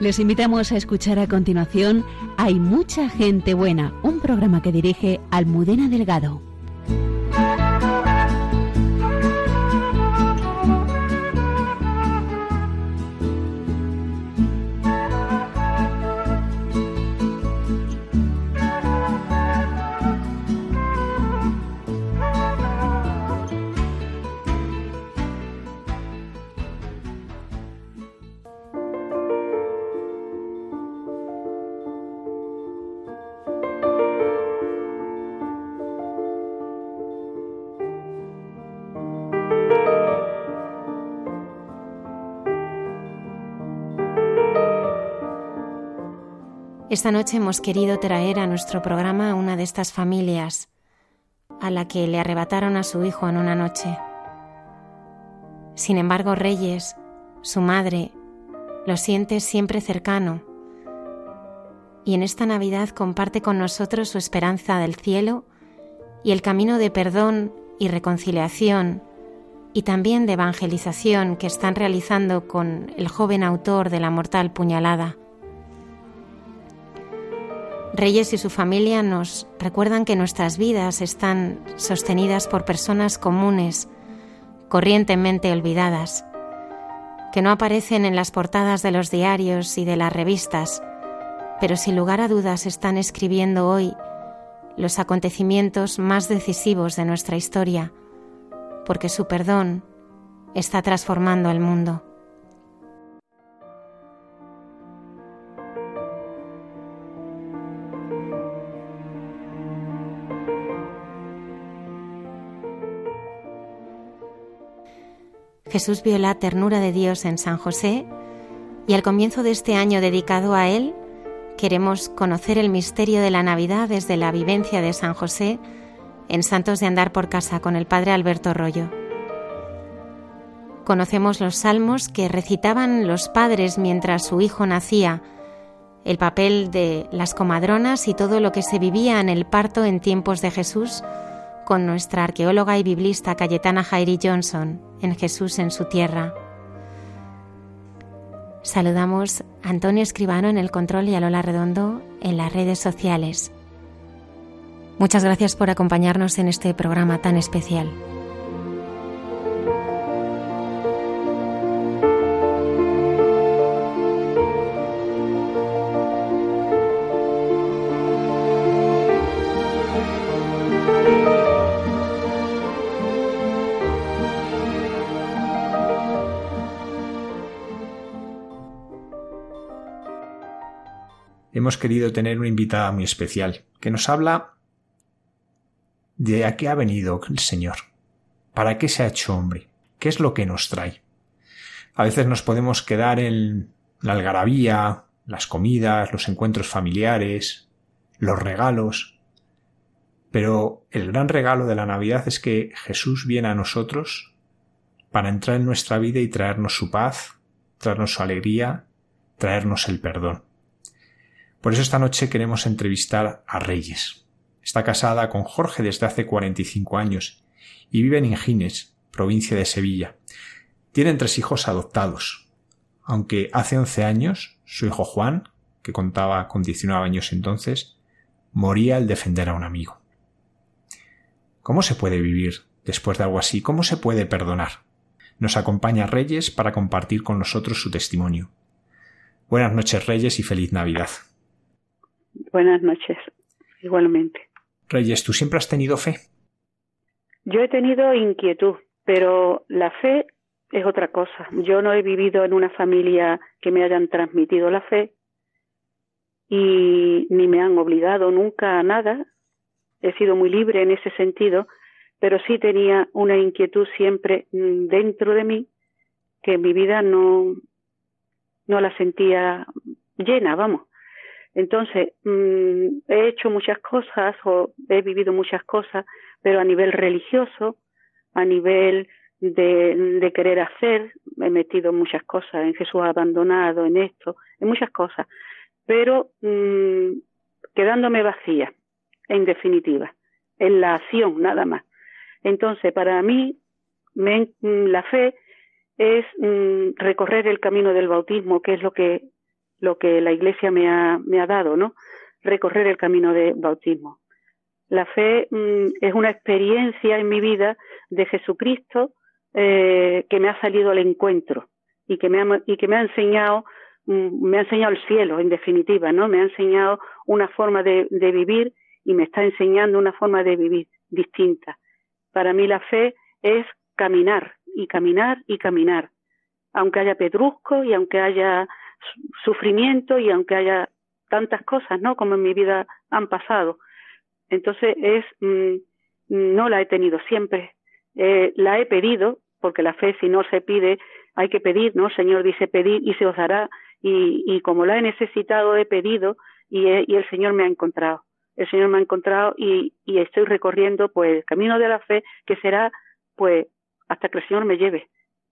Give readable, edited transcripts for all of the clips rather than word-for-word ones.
Les invitamos a escuchar a continuación Hay mucha gente buena, un programa que dirige Almudena Delgado. Esta noche hemos querido traer a nuestro programa a una de estas familias a la que le arrebataron a su hijo en una noche. Sin embargo, Reyes, su madre, lo siente siempre cercano y en esta Navidad comparte con nosotros su esperanza del cielo y el camino de perdón y reconciliación y también de evangelización que están realizando con el joven autor de la mortal puñalada. Reyes y su familia nos recuerdan que nuestras vidas están sostenidas por personas comunes, corrientemente olvidadas, que no aparecen en las portadas de los diarios y de las revistas, pero sin lugar a dudas están escribiendo hoy los acontecimientos más decisivos de nuestra historia, porque su perdón está transformando el mundo. Jesús vio la ternura de Dios en San José y al comienzo de este año dedicado a él, queremos conocer el misterio de la Navidad desde la vivencia de San José en Santos de Andar por Casa con el Padre Alberto Rollo. Conocemos los salmos que recitaban los padres mientras su hijo nacía, el papel de las comadronas y todo lo que se vivía en el parto en tiempos de Jesús, con nuestra arqueóloga y biblista Cayetana Jairi Johnson en Jesús en su tierra. Saludamos a Antonio Escribano en el control y a Lola Redondo en las redes sociales. Muchas gracias por acompañarnos en este programa tan especial. Hemos querido tener una invitada muy especial que nos habla de a qué ha venido el Señor, para qué se ha hecho hombre, qué es lo que nos trae. A veces nos podemos quedar en la algarabía, las comidas, los encuentros familiares, los regalos, pero el gran regalo de la Navidad es que Jesús viene a nosotros para entrar en nuestra vida y traernos su paz, traernos su alegría, traernos el perdón. Por eso esta noche queremos entrevistar a Reyes. Está casada con Jorge desde hace 45 años y vive en Higines, provincia de Sevilla. Tienen 3 hijos adoptados, aunque hace 11 años su hijo Juan, que contaba con 19 años entonces, moría al defender a un amigo. ¿Cómo se puede vivir después de algo así? ¿Cómo se puede perdonar? Nos acompaña Reyes para compartir con nosotros su testimonio. Buenas noches, Reyes, y feliz Navidad. Buenas noches, igualmente. Reyes, ¿tú siempre has tenido fe? Yo he tenido inquietud, pero la fe es otra cosa. Yo no he vivido en una familia que me hayan transmitido la fe y ni me han obligado nunca a nada. He sido muy libre en ese sentido, pero sí tenía una inquietud siempre dentro de mí que mi vida no la sentía llena, vamos. Entonces, he hecho muchas cosas o he vivido muchas cosas, pero a nivel religioso, a nivel de querer hacer, me he metido en muchas cosas, en Jesús abandonado, en esto, en muchas cosas, pero quedándome vacía, en definitiva, en la acción nada más. Entonces, para mí, la fe es recorrer el camino del bautismo, que es lo lo que la Iglesia me ha dado, ¿no? Recorrer el camino de bautismo. La fe es una experiencia en mi vida de Jesucristo que me ha salido al encuentro y que me ha enseñado el cielo, en definitiva, ¿no? Me ha enseñado una forma de vivir y me está enseñando una forma de vivir distinta. Para mí la fe es caminar y caminar y caminar, aunque haya pedruscos y aunque haya sufrimiento y aunque haya tantas cosas, ¿no? Como en mi vida han pasado. Entonces no la he tenido siempre, la he pedido, porque la fe si no se pide hay que pedir, ¿no? El Señor dice pedir y se os dará, y como la he necesitado he pedido y el Señor me ha encontrado. El Señor me ha encontrado y estoy recorriendo pues el camino de la fe, que será pues hasta que el Señor me lleve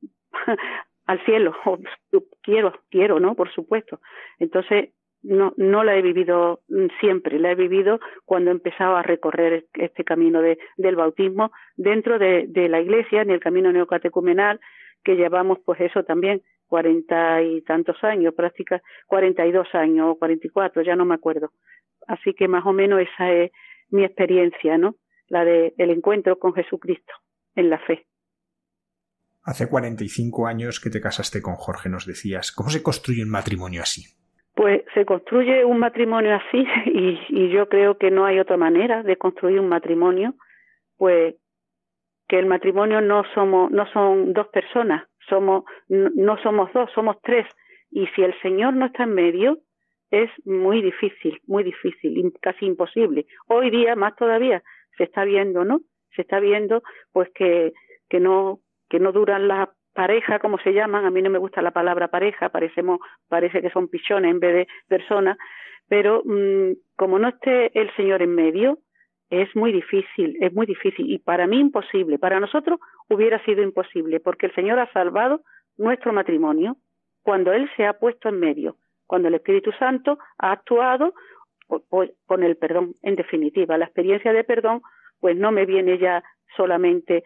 al cielo. Quiero, ¿no? Por supuesto. Entonces no la he vivido siempre, la he vivido cuando he empezado a recorrer este camino del bautismo dentro de la Iglesia, en el camino neocatecumenal, que llevamos pues eso también 40 y tantos años, 42 años o 44, ya no me acuerdo. Así que más o menos esa es mi experiencia, ¿no? La del encuentro con Jesucristo en la fe. Hace 45 años que te casaste con Jorge, nos decías. ¿Cómo se construye un matrimonio así? Pues se construye un matrimonio así y yo creo que no hay otra manera de construir un matrimonio, pues que el matrimonio no son dos personas, no somos dos, somos tres, y si el Señor no está en medio es muy difícil, casi imposible. Hoy día más todavía se está viendo, ¿no? Se está viendo pues que no duran las parejas, como se llaman. A mí no me gusta la palabra pareja, parece que son pichones en vez de personas, pero como no esté el Señor en medio, es muy difícil, y para mí imposible. Para nosotros hubiera sido imposible, porque el Señor ha salvado nuestro matrimonio cuando Él se ha puesto en medio, cuando el Espíritu Santo ha actuado con el perdón. En definitiva, la experiencia de perdón pues no me viene ya solamente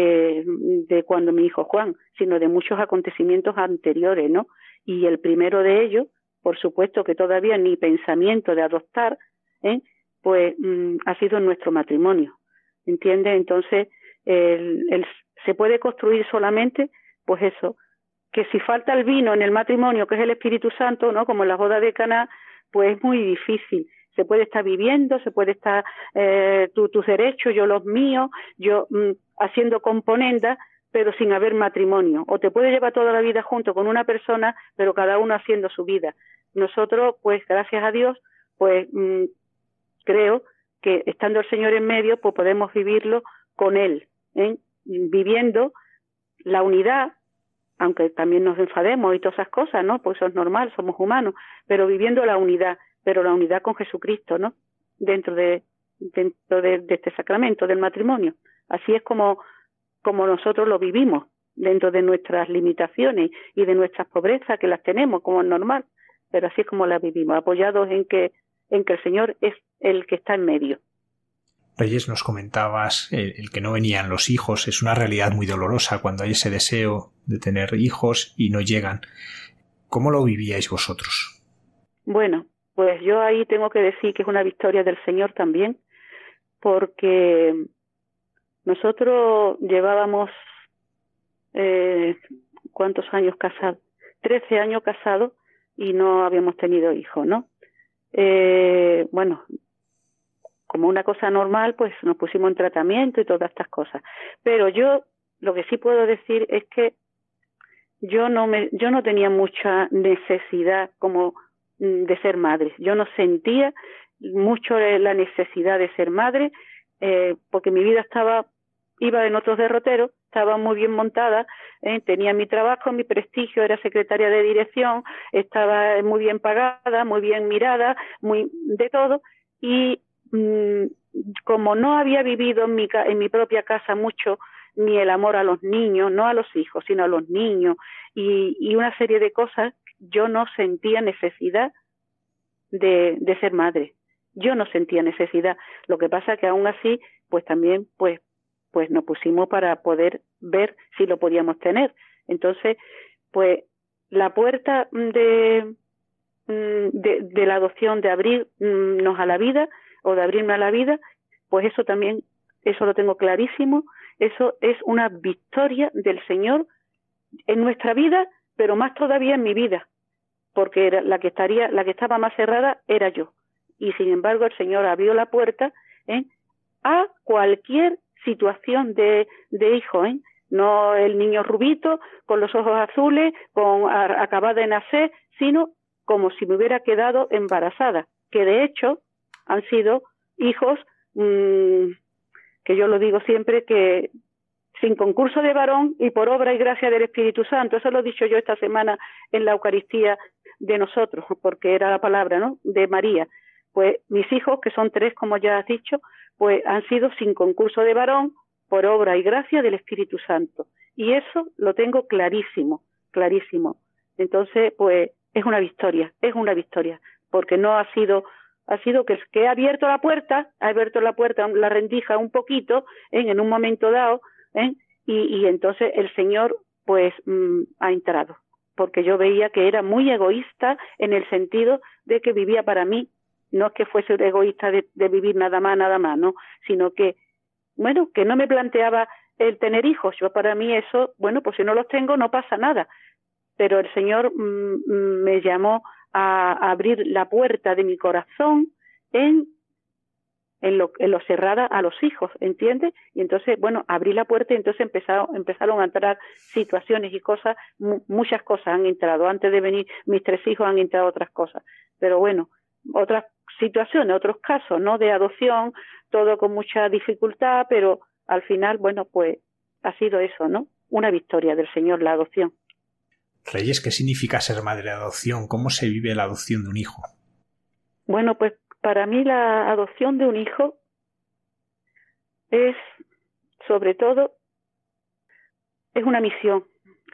de cuando mi hijo Juan, sino de muchos acontecimientos anteriores, ¿no? Y el primero de ellos, por supuesto que todavía ni pensamiento de adoptar, pues ha sido nuestro matrimonio, ¿entiendes? Entonces se puede construir solamente, pues eso, que si falta el vino en el matrimonio, que es el Espíritu Santo, ¿no? Como en la boda de Caná, pues es muy difícil. Se puede estar viviendo, se puede estar tus derechos, yo los míos, yo haciendo componendas, pero sin haber matrimonio. O te puede llevar toda la vida junto con una persona, pero cada uno haciendo su vida. Nosotros, pues gracias a Dios, pues creo que estando el Señor en medio, pues podemos vivirlo con Él, viviendo la unidad, aunque también nos enfademos y todas esas cosas, ¿no? Pues eso es normal, somos humanos, pero viviendo la unidad, pero la unidad con Jesucristo, ¿no? Dentro de este sacramento del matrimonio. Así es como nosotros lo vivimos, dentro de nuestras limitaciones y de nuestras pobrezas, que las tenemos, como es normal, pero así es como las vivimos, apoyados en que el Señor es el que está en medio. Reyes, nos comentabas el que no venían los hijos. Es una realidad muy dolorosa cuando hay ese deseo de tener hijos y no llegan. ¿Cómo lo vivíais vosotros? Bueno, pues yo ahí tengo que decir que es una victoria del Señor también, porque nosotros llevábamos ¿cuántos años casados? 13 años casados y no habíamos tenido hijos, ¿no? Bueno, como una cosa normal, pues nos pusimos en tratamiento y todas estas cosas. Pero yo lo que sí puedo decir es que yo no tenía mucha necesidad como de ser madre. Yo no sentía mucho la necesidad de ser madre, porque mi vida iba en otros derroteros, estaba muy bien montada, tenía mi trabajo, mi prestigio, era secretaria de dirección, estaba muy bien pagada, muy bien mirada, muy de todo, y como no había vivido en mi propia casa mucho ni el amor a los niños, no a los hijos, sino a los niños, y una serie de cosas, yo no sentía necesidad de ser madre. Yo no sentía necesidad. Lo que pasa que aún así, pues también, pues nos pusimos para poder ver si lo podíamos tener. Entonces, pues la puerta de de la adopción, de abrirnos a la vida o de abrirme a la vida, pues eso también, eso lo tengo clarísimo. Eso es una victoria del Señor en nuestra vida, pero más todavía en mi vida, porque era la que estaba más cerrada era yo. Y sin embargo el Señor abrió la puerta a cualquier situación de hijo, no el niño rubito con los ojos azules, acabada de nacer, sino como si me hubiera quedado embarazada, que de hecho han sido hijos que yo lo digo siempre, que sin concurso de varón y por obra y gracia del Espíritu Santo. Eso lo he dicho yo esta semana en la Eucaristía de nosotros, porque era la palabra, ¿no?, de María. Pues mis hijos, que son 3, como ya has dicho, pues han sido sin concurso de varón, por obra y gracia del Espíritu Santo. Y eso lo tengo clarísimo, clarísimo. Entonces, pues es una victoria, porque no ha sido que he abierto la puerta, la rendija un poquito, en un momento dado, y entonces el Señor pues ha entrado, porque yo veía que era muy egoísta en el sentido de que vivía para mí. No es que fuese egoísta de vivir nada más, no, sino que, bueno, que no me planteaba el tener hijos. Yo para mí eso, bueno, pues si no los tengo no pasa nada, pero el Señor me llamó a abrir la puerta de mi corazón en lo cerrada a los hijos, ¿entiendes? Y entonces, bueno, abrí la puerta y entonces empezaron a entrar situaciones y cosas, muchas cosas han entrado. Antes de venir mis 3 hijos han entrado otras cosas. Pero bueno, otras situaciones, otros casos, ¿no?, de adopción, todo con mucha dificultad, pero al final, bueno, pues ha sido eso, ¿no?, una victoria del Señor, la adopción. Reyes, ¿qué significa ser madre de adopción? ¿Cómo se vive la adopción de un hijo? Bueno, pues para mí la adopción de un hijo es, sobre todo, es una misión.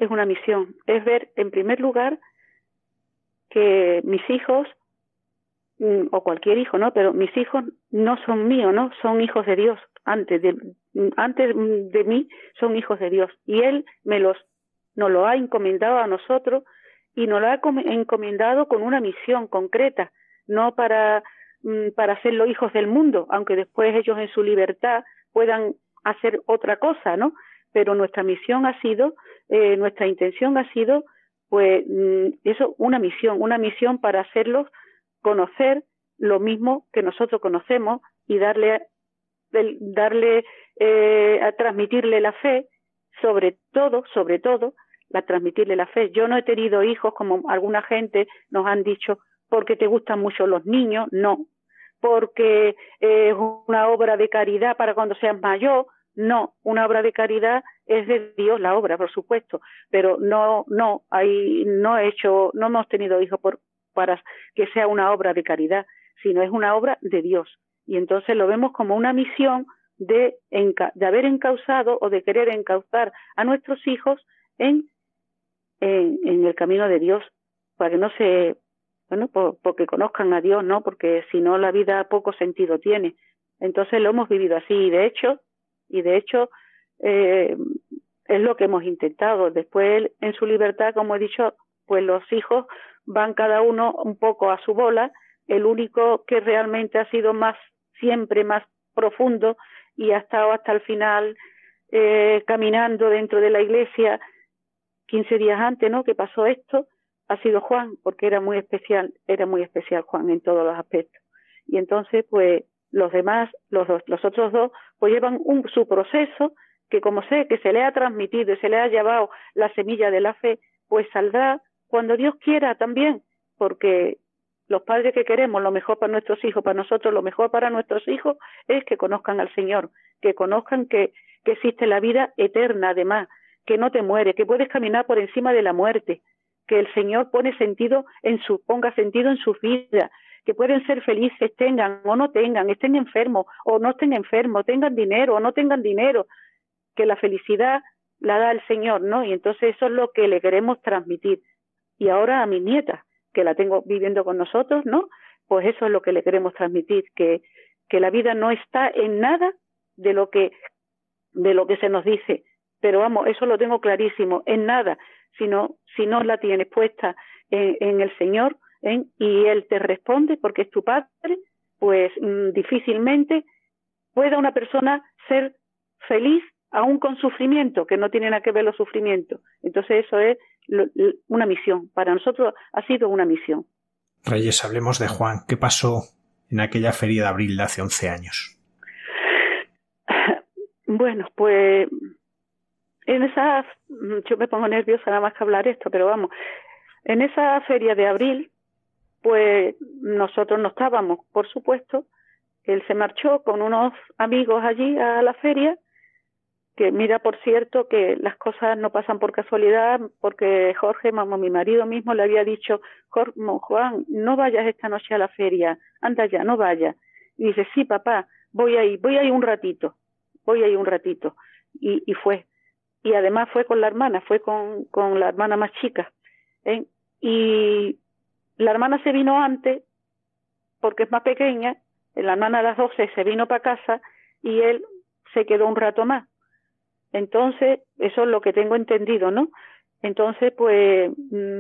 Es ver, en primer lugar, que mis hijos, o cualquier hijo, ¿no?, pero mis hijos no son míos, ¿no?, son hijos de Dios. Antes de mí son hijos de Dios. Y Él nos lo ha encomendado a nosotros, y nos lo ha encomendado con una misión concreta, no para ser los hijos del mundo, aunque después ellos en su libertad puedan hacer otra cosa, ¿no? Pero nuestra misión ha sido, nuestra intención ha sido, pues eso, una misión para hacerlos conocer lo mismo que nosotros conocemos y darle a transmitirle la fe, sobre todo, transmitirle la fe. Yo no he tenido hijos, como alguna gente nos han dicho, porque te gustan mucho los niños, no. Porque es una obra de caridad para cuando seas mayor, no. Una obra de caridad es de Dios, la obra, por supuesto, pero no hemos tenido hijos para que sea una obra de caridad, sino es una obra de Dios. Y entonces lo vemos como una misión de haber encauzado o de querer encauzar a nuestros hijos en el camino de Dios, para que no se, bueno, porque conozcan a Dios, ¿no? Porque si no la vida poco sentido tiene. Entonces lo hemos vivido así, y de hecho es lo que hemos intentado. Después, en su libertad, como he dicho, pues los hijos van cada uno un poco a su bola. El único que realmente ha sido siempre más profundo y ha estado hasta el final caminando dentro de la iglesia 15 días antes, ¿no?, que pasó esto, ha sido Juan, porque era muy especial Juan en todos los aspectos. Y entonces, pues, los demás, los otros 2, pues llevan su proceso, que como sé que se le ha transmitido y se le ha llevado la semilla de la fe, pues saldrá cuando Dios quiera también, porque los padres que queremos lo mejor para nuestros hijos, para nosotros lo mejor para nuestros hijos es que conozcan al Señor, que conozcan que existe la vida eterna, además, que no te mueres, que puedes caminar por encima de la muerte, que el Señor ponga sentido en sus vidas, que pueden ser felices, tengan o no tengan, estén enfermos o no estén enfermos, tengan dinero o no tengan dinero, que la felicidad la da el Señor, ¿no? Y entonces eso es lo que le queremos transmitir. Y ahora a mis nietas, que la tengo viviendo con nosotros, ¿no?, pues eso es lo que le queremos transmitir, que la vida no está en nada de lo que se nos dice, pero vamos, eso lo tengo clarísimo, en nada, si no la tienes puesta en el Señor, y él te responde porque es tu padre, pues difícilmente pueda una persona ser feliz aún con sufrimiento, que no tiene nada que ver los sufrimientos. Entonces eso es una misión. Para nosotros ha sido una misión. Reyes, hablemos de Juan. ¿Qué pasó en aquella feria de abril de hace 11 años? Bueno, pues en esa, yo me pongo nerviosa nada más que hablar esto, pero vamos, en esa feria de abril, pues nosotros no estábamos, por supuesto. Él se marchó con unos amigos allí a la feria, que mira, por cierto, que las cosas no pasan por casualidad, porque Jorge, mi marido mismo, le había dicho, Juan, no vayas esta noche a la feria, anda ya, no vayas. Y dice, sí, papá, voy a ir un ratito. Y fue. Y además fue con la hermana, fue con la hermana más chica. Y la hermana se vino antes, porque es más pequeña, la hermana a las 12 se vino para casa y él se quedó un rato más. Entonces, eso es lo que tengo entendido, ¿no? Entonces, pues,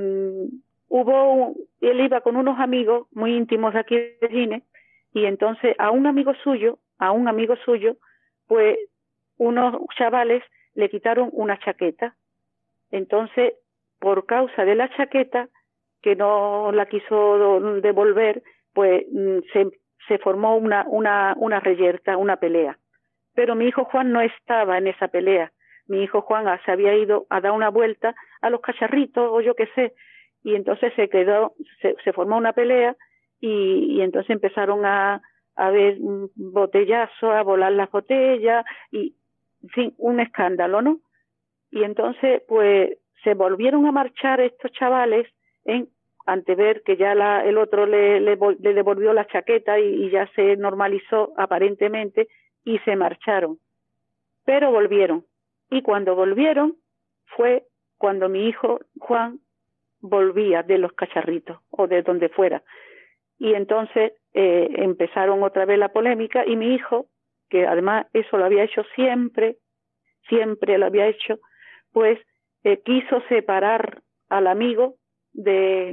él iba con unos amigos muy íntimos de aquí de Gine, y entonces a un amigo suyo, pues, unos chavales le quitaron una chaqueta. Entonces, por causa de la chaqueta, que no la quiso devolver, pues, se formó una reyerta, una pelea. Pero mi hijo Juan no estaba en esa pelea. Mi hijo Juan se había ido a dar una vuelta a los cacharritos o yo qué sé, y entonces se formó una pelea y entonces empezaron a ver botellazos, a volar las botellas y, en fin, un escándalo, ¿no? Y entonces, pues, se volvieron a marchar estos chavales ante ver que ya el otro le devolvió la chaqueta y ya se normalizó aparentemente, y se marcharon. Pero volvieron. Y cuando volvieron fue cuando mi hijo Juan volvía de los cacharritos o de donde fuera. Y entonces empezaron otra vez la polémica y mi hijo, que además eso lo había hecho siempre lo había hecho, pues quiso separar al amigo del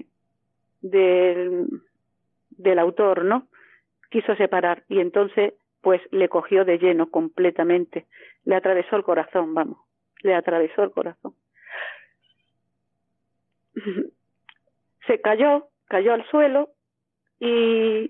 autor, ¿no? Quiso separar y entonces pues le cogió de lleno completamente, le atravesó el corazón, le atravesó el corazón. Se cayó al suelo y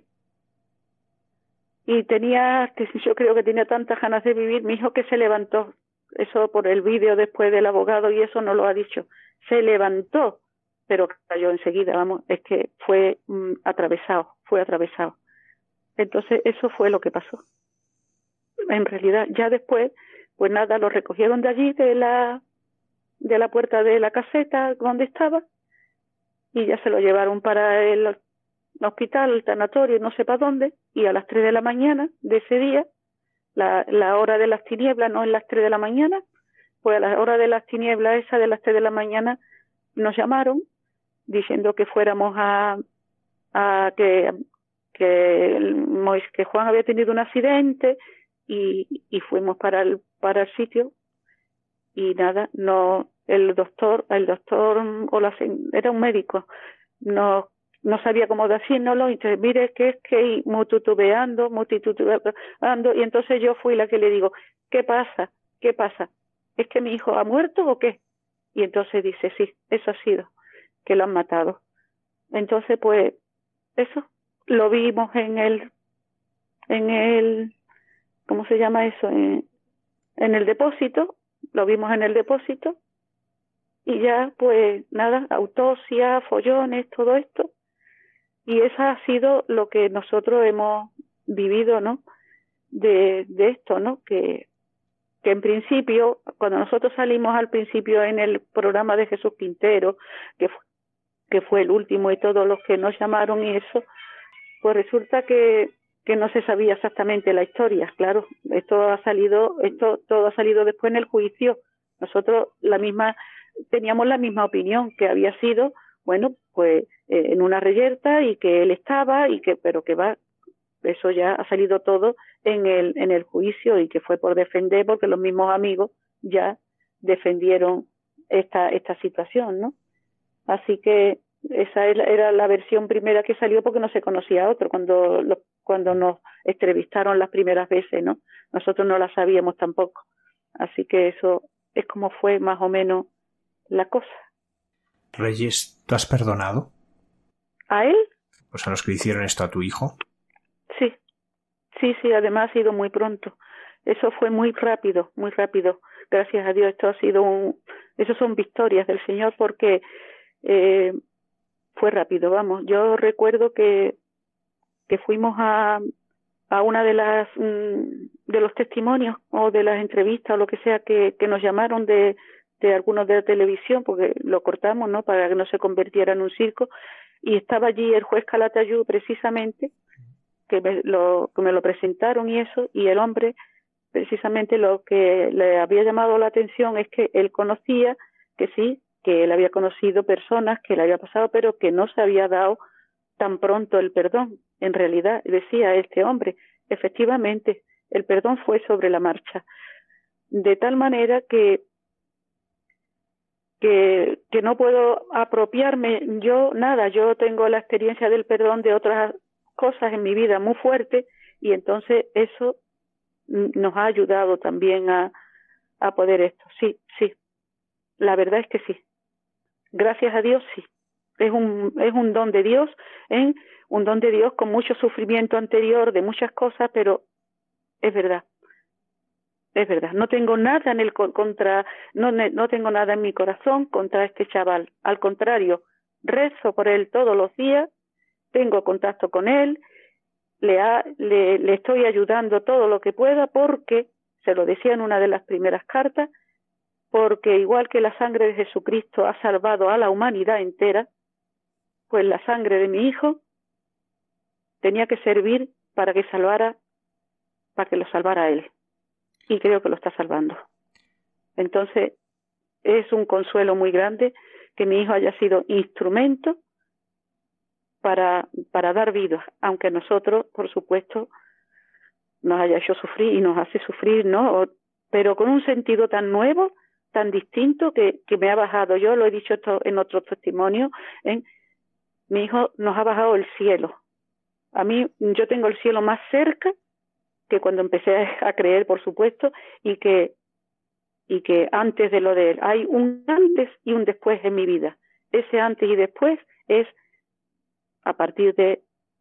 yo creo que tenía tantas ganas de vivir, mi hijo, que se levantó, eso por el vídeo después del abogado y eso no lo ha dicho, se levantó, pero cayó enseguida, es que fue atravesado. Entonces eso fue lo que pasó. En realidad, ya después, pues nada, lo recogieron de allí, de la puerta de la caseta donde estaba, y ya se lo llevaron para el hospital, el tanatorio, no sé para dónde, y a las 3 de la mañana de ese día, la hora de las tinieblas, no es las 3 de la mañana, pues a la hora de las tinieblas, esa de las 3 de la mañana, nos llamaron diciendo que fuéramos que Juan había tenido un accidente, y fuimos para el sitio y nada, el doctor era un médico, no sabía cómo decírnoslo, y entonces mire que es que mutitubeando, y entonces yo fui la que le digo, ¿qué pasa? ¿Es que mi hijo ha muerto o qué? Y entonces dice, sí, eso ha sido, que lo han matado. Entonces pues eso lo vimos en el ¿cómo se llama eso? En el depósito, lo vimos en el depósito, y ya, pues, nada, autopsia, follones, todo esto, y eso ha sido lo que nosotros hemos vivido, ¿no? De esto, ¿no? Que en principio, cuando nosotros salimos al principio en el programa de Jesús Quintero, que fue el último y todos los que nos llamaron y eso, pues resulta que no se sabía exactamente la historia, claro, todo ha salido después en el juicio. Nosotros teníamos la misma opinión, que había sido, bueno, pues en una reyerta, y que él estaba, pero que eso ya ha salido todo en el juicio, y que fue por defender, porque los mismos amigos ya defendieron esta situación, ¿no? Así que Esa era la versión primera que salió porque no se conocía otro cuando nos entrevistaron las primeras veces, ¿no? Nosotros no la sabíamos tampoco. Así que eso es como fue más o menos la cosa. Reyes, ¿tú has perdonado? ¿A él? Pues a los que hicieron esto a tu hijo. Sí, además ha sido muy pronto. Eso fue muy rápido, muy rápido. Gracias a Dios, esos son victorias del Señor porque fue rápido, vamos. Yo recuerdo que fuimos a una de los testimonios o de las entrevistas o lo que sea que nos llamaron de algunos de la televisión, porque lo cortamos, ¿no?, para que no se convirtiera en un circo, y estaba allí el juez Calatayud precisamente, que me lo presentaron y eso, y el hombre precisamente lo que le había llamado la atención es que él conocía, que sí, que él había conocido personas que le había pasado, pero que no se había dado tan pronto el perdón. En realidad, decía este hombre, efectivamente, el perdón fue sobre la marcha, de tal manera que no puedo apropiarme yo tengo la experiencia del perdón de otras cosas en mi vida muy fuerte, y entonces eso nos ha ayudado también a poder esto. Sí, la verdad es que sí. Gracias a Dios, sí. Es un don de Dios, un don de Dios con mucho sufrimiento anterior de muchas cosas, pero es verdad. Es verdad, no tengo nada no tengo nada en mi corazón contra este chaval. Al contrario, rezo por él todos los días, tengo contacto con él, le estoy ayudando todo lo que pueda, porque, se lo decía en una de las primeras cartas, porque igual que la sangre de Jesucristo ha salvado a la humanidad entera, pues la sangre de mi hijo tenía que servir para que lo salvara a él. Y creo que lo está salvando. Entonces, es un consuelo muy grande que mi hijo haya sido instrumento para dar vida, aunque a nosotros, por supuesto, nos haya hecho sufrir y nos hace sufrir, ¿no? Pero con un sentido tan nuevo, tan distinto, que me ha bajado. Yo lo he dicho esto en otros testimonios, mi hijo nos ha bajado el cielo. A mí, yo tengo el cielo más cerca que cuando empecé a creer, por supuesto, y que antes de lo de él hay un antes y un después en mi vida. Ese antes y después es a partir de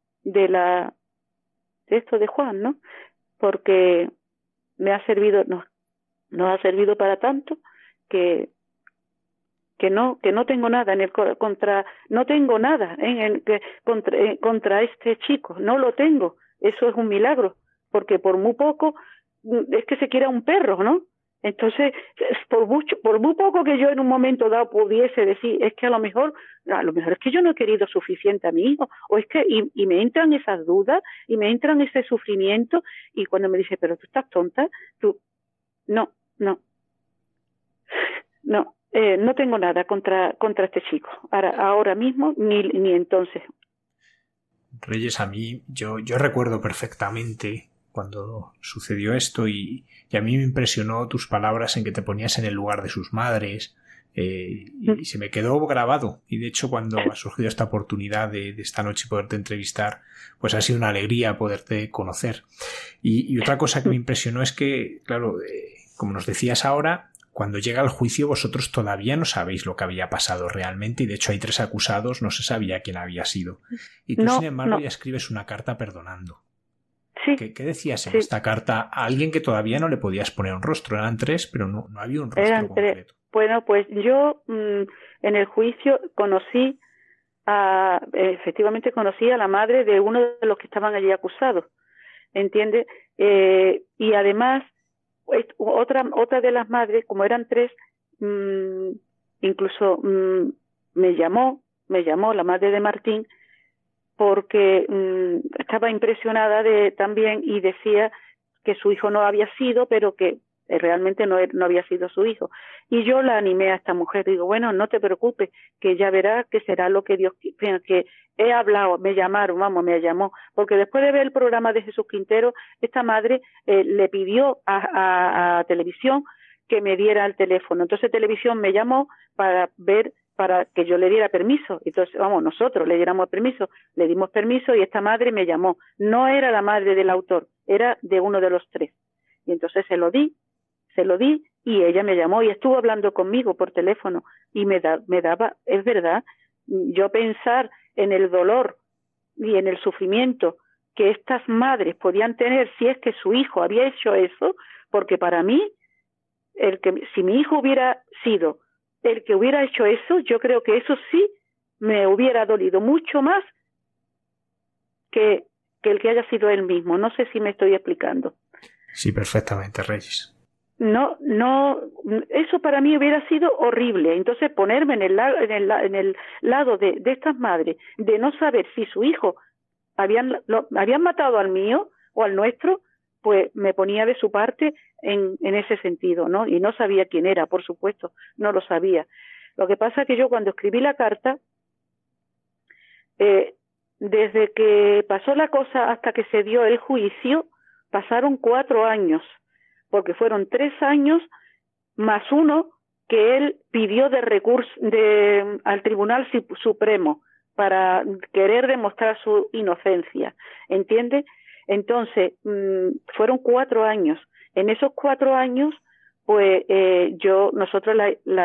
esto de Juan, ¿no? Porque me ha servido, nos ha servido para tanto que no tengo nada no tengo nada contra este chico, no lo tengo. Eso es un milagro, porque por muy poco es que se quiera un perro, ¿no? Entonces, por muy poco que yo en un momento dado pudiese decir, es que a lo mejor es que yo no he querido suficiente a mi hijo, o es que, y me entran esas dudas, y me entran ese sufrimiento, y cuando me dice, pero tú estás tonta, no tengo nada contra este chico, ahora mismo, ni entonces. Reyes, a mí, yo recuerdo perfectamente cuando sucedió esto, y a mí me impresionó tus palabras en que te ponías en el lugar de sus madres, y se me quedó grabado. Y de hecho, cuando ha surgido esta oportunidad de esta noche poderte entrevistar, pues ha sido una alegría poderte conocer. Y otra cosa que me impresionó es que, claro, como nos decías ahora, cuando llega el juicio vosotros todavía no sabéis lo que había pasado realmente, y de hecho hay 3 acusados, no se sabía quién había sido. Y tú, sin embargo, ya escribes una carta perdonando. Sí. ¿Qué decías en esta carta a alguien que todavía no le podías poner un rostro? Eran 3, pero no había un rostro concreto. Bueno, pues yo en el juicio efectivamente conocí a la madre de uno de los que estaban allí acusados, ¿entiendes? Y además, otra de las madres, como eran 3, incluso me llamó la madre de Martín, porque estaba impresionada también, y decía que su hijo no había sido, pero que realmente no había sido su hijo. Y yo la animé a esta mujer, digo, bueno, no te preocupes, que ya verás que será lo que Dios quiera, que he hablado, me llamó, porque después de ver el programa de Jesús Quintero, esta madre le pidió a Televisión que me diera el teléfono. Entonces Televisión me llamó para ver para que yo le diera permiso. Entonces, vamos, nosotros le diéramos permiso, le dimos permiso y esta madre me llamó. No era la madre del autor, era de uno de los 3. Y entonces se lo di y ella me llamó y estuvo hablando conmigo por teléfono y me daba, es verdad, yo pensar en el dolor y en el sufrimiento que estas madres podían tener si es que su hijo había hecho eso, porque para mí, si mi hijo hubiera sido el que hubiera hecho eso, yo creo que eso sí me hubiera dolido mucho más que el que haya sido él mismo. No sé si me estoy explicando. Sí, perfectamente, Reyes. No, eso para mí hubiera sido horrible. Entonces ponerme en el lado de estas madres, de no saber si su hijo habían matado al mío o al nuestro, pues me ponía de su parte en ese sentido, ¿no? Y no sabía quién era, por supuesto, no lo sabía. Lo que pasa es que yo cuando escribí la carta, desde que pasó la cosa hasta que se dio el juicio, pasaron 4 años, porque fueron 3 años más 1 que él pidió de recurso al Tribunal Supremo para querer demostrar su inocencia, ¿entiende? Entonces, fueron 4 años. En esos 4 años, pues nosotros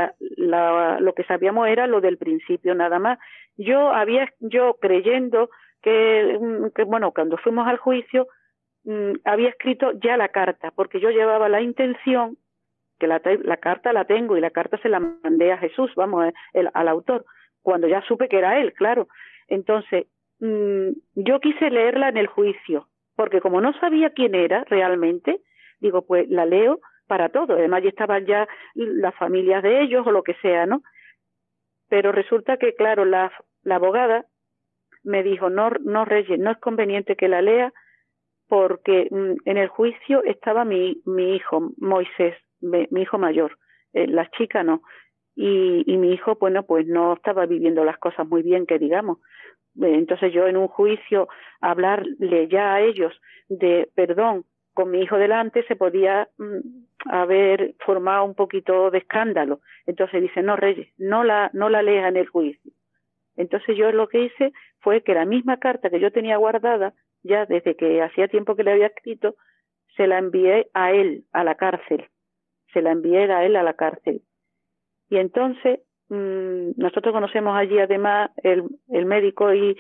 lo que sabíamos era lo del principio nada más. Yo creyendo que bueno, cuando fuimos al juicio, había escrito ya la carta, porque yo llevaba la intención, que la carta la tengo y la carta se la mandé a Jesús, vamos, al autor, cuando ya supe que era él, claro. Entonces, yo quise leerla en el juicio, porque como no sabía quién era realmente, digo, pues la leo para todo. Además, ya estaban ya las familias de ellos o lo que sea, ¿no? Pero resulta que, claro, la abogada me dijo, no, Reyes, no es conveniente que la lea, porque en el juicio estaba mi hijo, Moisés, mi hijo mayor, la chica no. Y mi hijo, bueno, pues no estaba viviendo las cosas muy bien, que digamos. Entonces yo en un juicio hablarle ya a ellos de perdón con mi hijo delante se podía haber formado un poquito de escándalo. Entonces dice, no, Reyes, no la leas en el juicio. Entonces yo lo que hice fue que la misma carta que yo tenía guardada, ya desde que hacía tiempo que le había escrito, se la envié a él, a la cárcel. Se la envié a él a la cárcel. Y entonces, nosotros conocemos allí además el médico y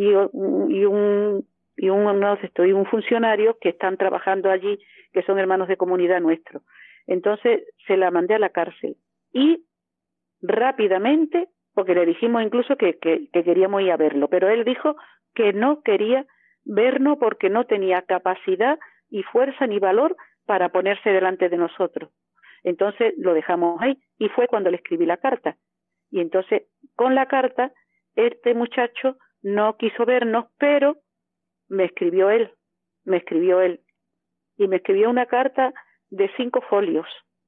un funcionario que están trabajando allí, que son hermanos de comunidad nuestro. Entonces se la mandé a la cárcel y rápidamente, porque le dijimos incluso que queríamos ir a verlo, pero él dijo que no quería vernos porque no tenía capacidad y fuerza ni valor para ponerse delante de nosotros. Entonces lo dejamos ahí y fue cuando le escribí la carta. Y entonces con la carta este muchacho no quiso vernos, pero me escribió él y me escribió una carta de 5 folios,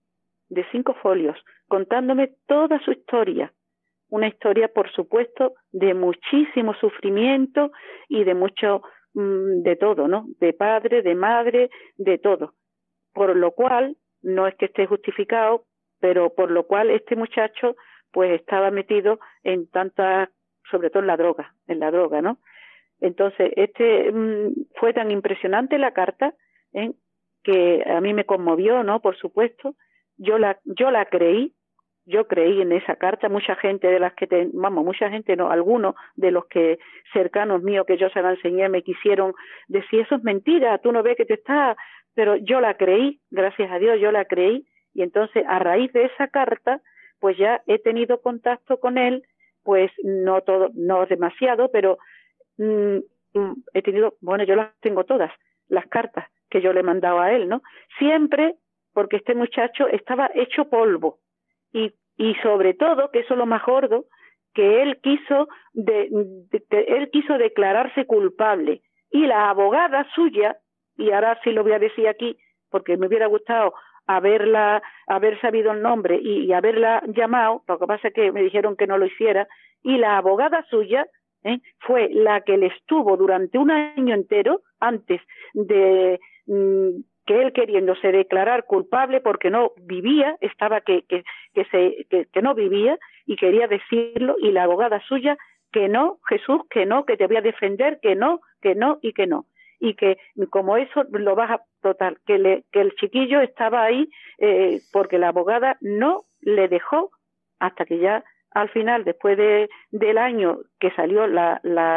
contándome toda su historia. Una historia, por supuesto, de muchísimo sufrimiento y de mucho, de todo, ¿no? De padre, de madre, de todo. Por lo cual, no es que esté justificado, pero por lo cual este muchacho, pues estaba metido en tantas, sobre todo en la droga, ¿no? Entonces, fue tan impresionante la carta, que a mí me conmovió, ¿no? Por supuesto, yo la creí. Yo creí en esa carta, mucha gente de las que mucha gente no, algunos de los que cercanos míos que yo se la enseñé me quisieron decir, eso es mentira, tú no ves que te está, pero yo la creí, gracias a Dios yo la creí, y entonces a raíz de esa carta, pues ya he tenido contacto con él, pues no demasiado, pero he tenido, bueno, yo las tengo todas, las cartas que yo le mandaba a él, ¿no? Siempre porque este muchacho estaba hecho polvo. Y sobre todo, que eso es lo más gordo, que él quiso declararse culpable. Y la abogada suya, y ahora sí lo voy a decir aquí, porque me hubiera gustado haber sabido el nombre y haberla llamado, lo que pasa es que me dijeron que no lo hiciera, y la abogada suya fue la que le estuvo durante un año entero, antes de que él queriéndose declarar culpable porque no vivía, estaba que no vivía y quería decirlo, y la abogada suya, que no, Jesús, que no, que te voy a defender, que no y que no. Y que como eso lo vas a total, que el chiquillo estaba ahí porque la abogada no le dejó hasta que ya al final, después del año que salió la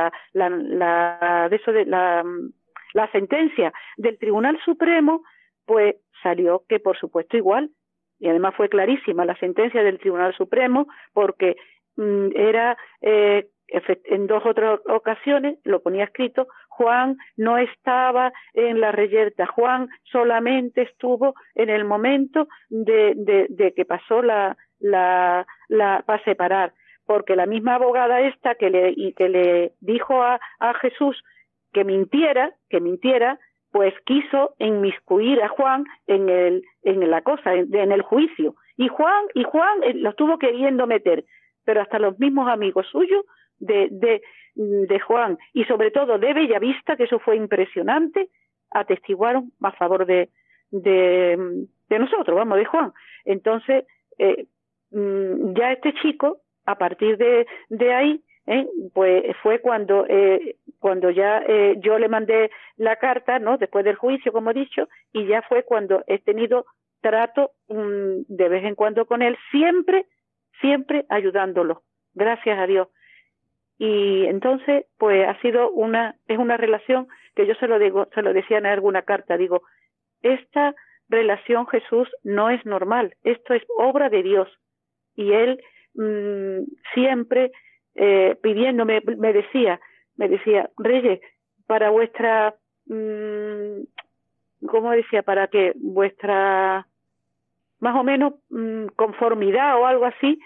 sentencia del Tribunal Supremo, pues salió que por supuesto igual, y además fue clarísima la sentencia del Tribunal Supremo, porque era en 2 otras ocasiones, lo ponía escrito, Juan no estaba en la reyerta, Juan solamente estuvo en el momento de que pasó para separar, porque la misma abogada esta que le dijo a Jesús que mintiera, pues quiso inmiscuir a Juan en la cosa, en el juicio, y Juan lo estuvo queriendo meter, pero hasta los mismos amigos suyos de Juan, y sobre todo de Bellavista, que eso fue impresionante, atestiguaron a favor de nosotros, vamos, de Juan. Entonces ya este chico, a partir de ahí, pues fue cuando ya yo le mandé la carta, ¿no?, después del juicio, como he dicho, y ya fue cuando he tenido trato de vez en cuando con él, siempre ayudándolo, gracias a Dios. Y entonces pues ha sido es una relación que yo se lo decía en alguna carta, digo, esta relación, Jesús, no es normal, esto es obra de Dios. Y él siempre pidiéndome, me decía, Reyes, para vuestra ¿cómo decía? Para que vuestra más o menos conformidad o algo así.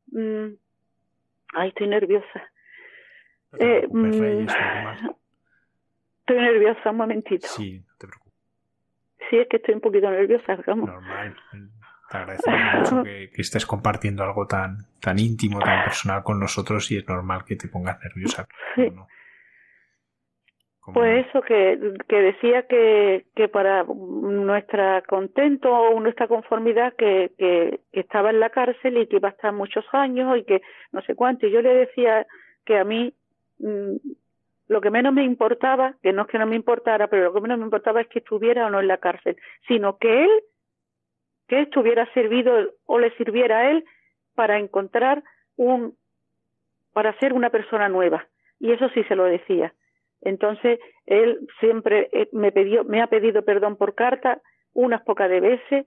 Ay, estoy nerviosa. No te preocupes, Reyes, estoy nerviosa, un momentito. Sí, no te preocupes. Sí, es que estoy un poquito nerviosa, ¿cómo? Normal. Te agradecemos mucho que estés compartiendo algo tan íntimo, tan personal con nosotros, y es normal que te pongas nerviosa. Sí. ¿No? Pues eso que decía que para nuestra contento o nuestra conformidad que estaba en la cárcel y que iba a estar muchos años y que no sé cuánto, y yo le decía que a mí lo que menos me importaba, que no es que no me importara, pero lo que menos me importaba es que estuviera o no en la cárcel, sino que él estuviera servido o le sirviera a él para encontrar para ser una persona nueva, y eso sí se lo decía. Entonces él siempre me ha pedido perdón por carta unas pocas de veces,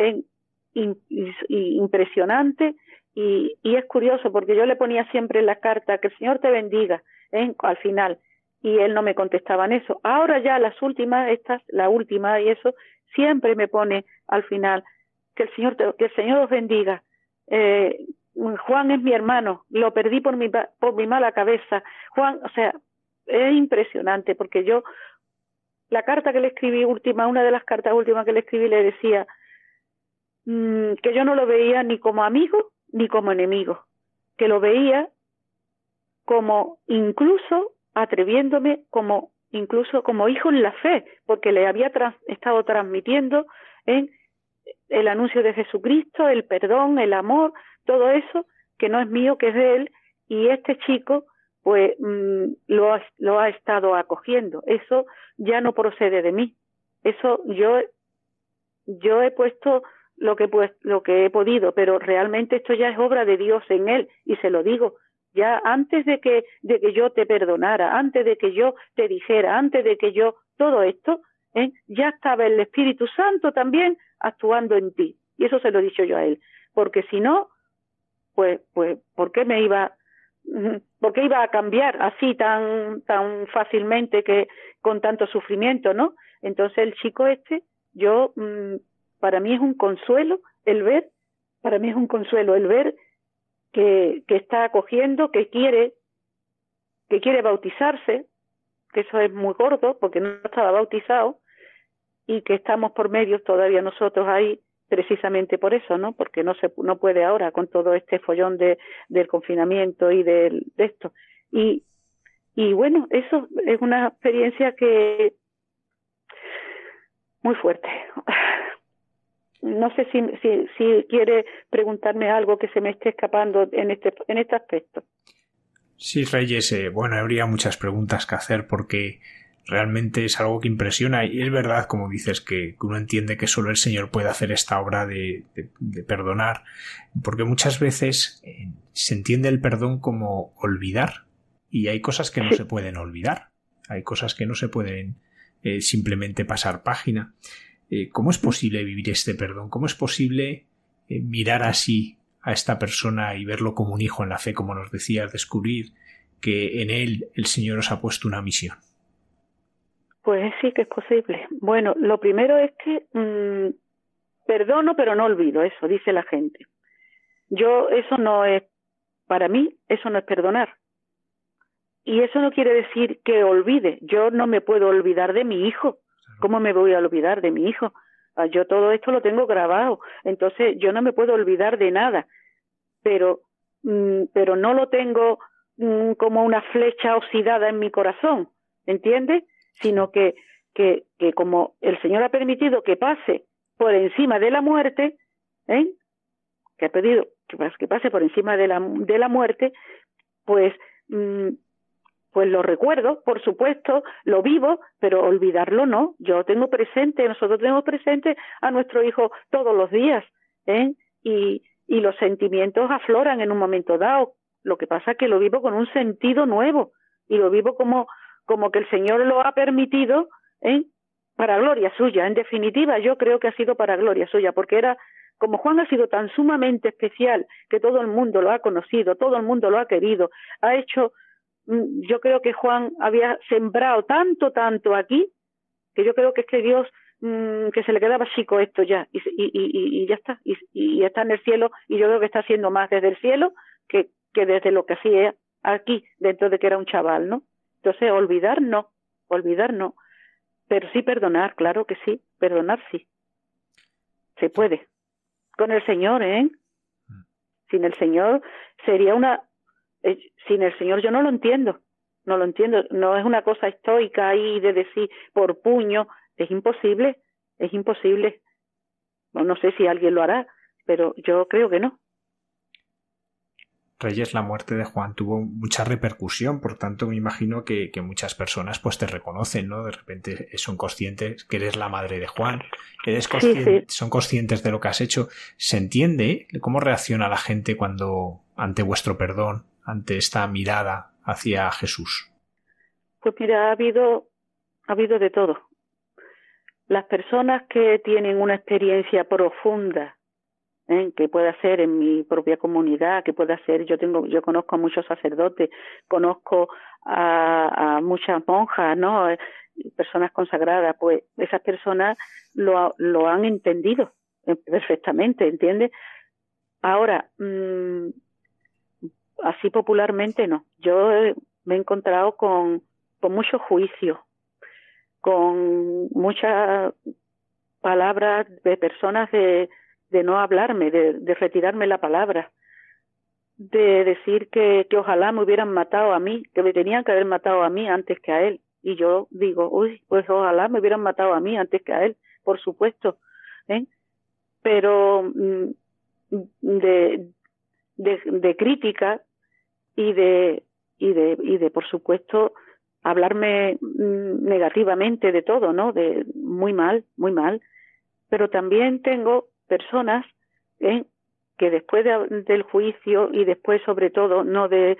impresionante, y es curioso porque yo le ponía siempre en la carta que el Señor te bendiga al final, y él no me contestaba en eso. Ahora ya las últimas, la última y eso, siempre me pone al final que el Señor os bendiga. Juan es mi hermano, lo perdí por mi mala cabeza. Juan, o sea, es impresionante porque yo, la carta que le escribí una de las cartas últimas que le escribí, le decía que yo no lo veía ni como amigo ni como enemigo, que lo veía como incluso atreviéndome incluso como hijo en la fe, porque le había estado transmitiendo el anuncio de Jesucristo, el perdón, el amor, todo eso que no es mío, que es de él, y este chico pues lo ha estado acogiendo. Eso ya no procede de mí. Eso yo he puesto lo que he podido, pero realmente esto ya es obra de Dios en él, y se lo digo. Ya antes de que yo te perdonara, antes de que yo te dijera, antes de que yo todo esto, ya estaba el Espíritu Santo también actuando en ti. Y eso se lo he dicho yo a él. Porque si no, pues ¿por qué iba a cambiar así tan fácilmente, que con tanto sufrimiento, ¿no? Entonces el chico para mí es un consuelo el ver que está acogiendo, que quiere bautizarse, que eso es muy gordo porque no estaba bautizado, y que estamos por medio todavía nosotros ahí precisamente por eso, ¿no? Porque no puede ahora con todo este follón del confinamiento y de esto. Y bueno, eso es una experiencia que muy fuerte. No sé si quiere preguntarme algo que se me esté escapando en este aspecto. Sí, Reyes, bueno, habría muchas preguntas que hacer porque realmente es algo que impresiona y es verdad, como dices, que uno entiende que solo el Señor puede hacer esta obra de perdonar, porque muchas veces se entiende el perdón como olvidar y hay cosas que no se pueden olvidar, hay cosas que no se pueden simplemente pasar página. ¿Cómo es posible vivir este perdón? ¿Cómo es posible mirar así a esta persona y verlo como un hijo en la fe, como nos decías, descubrir que en él el Señor os ha puesto una misión? Pues sí que es posible. Bueno, lo primero es que perdono pero no olvido, eso dice la gente. Eso no es, para mí, eso no es perdonar. Y eso no quiere decir que olvide. Yo no me puedo olvidar de mi hijo. ¿Cómo me voy a olvidar de mi hijo? Yo todo esto lo tengo grabado. Entonces yo no me puedo olvidar de nada. Pero no lo tengo como una flecha oxidada en mi corazón, ¿entiendes? Sino que como el Señor ha permitido que pase por encima de la muerte, que ha pedido que pase por encima de la muerte, pues lo recuerdo, por supuesto, lo vivo, pero olvidarlo no. Nosotros tenemos presente a nuestro hijo todos los días, y los sentimientos afloran en un momento dado. Lo que pasa es que lo vivo con un sentido nuevo y lo vivo como que el Señor lo ha permitido, para gloria suya. En definitiva, yo creo que ha sido para gloria suya, porque como Juan ha sido tan sumamente especial que todo el mundo lo ha conocido, todo el mundo lo ha querido, yo creo que Juan había sembrado tanto aquí, que yo creo que es que Dios, que se le quedaba chico esto ya, y ya está, y está en el cielo, y yo creo que está haciendo más desde el cielo que desde lo que hacía aquí, dentro de que era un chaval, ¿no? Entonces, olvidar no, pero sí perdonar, claro que sí, perdonar sí, se puede, con el Señor, sin el Señor sería sin el Señor yo no lo entiendo, no es una cosa estoica ahí de decir por puño, es imposible, no sé si alguien lo hará, pero yo creo que no. Reyes, la muerte de Juan tuvo mucha repercusión, por tanto me imagino que muchas personas pues te reconocen, ¿no? De repente son conscientes que eres la madre de Juan, Sí. Son conscientes de lo que has hecho. ¿Se entiende cómo reacciona la gente cuando ante vuestro perdón, ante esta mirada hacia Jesús? Pues mira, ha habido de todo. Las personas que tienen una experiencia profunda, que pueda ser en mi propia comunidad, que pueda ser, yo conozco a muchos sacerdotes, conozco a muchas monjas, ¿no? Personas consagradas, pues esas personas lo han entendido perfectamente, ¿entiendes? Ahora, así popularmente no. Yo me he encontrado con mucho juicio, con muchas palabras de personas de no hablarme, de retirarme la palabra, de decir que ojalá me hubieran matado a mí, que me tenían que haber matado a mí antes que a él. Y yo digo, pues ojalá me hubieran matado a mí antes que a él, por supuesto, pero de crítica y de por supuesto hablarme negativamente de todo, ¿no? De muy mal, pero también tengo personas que después del juicio y después sobre todo no de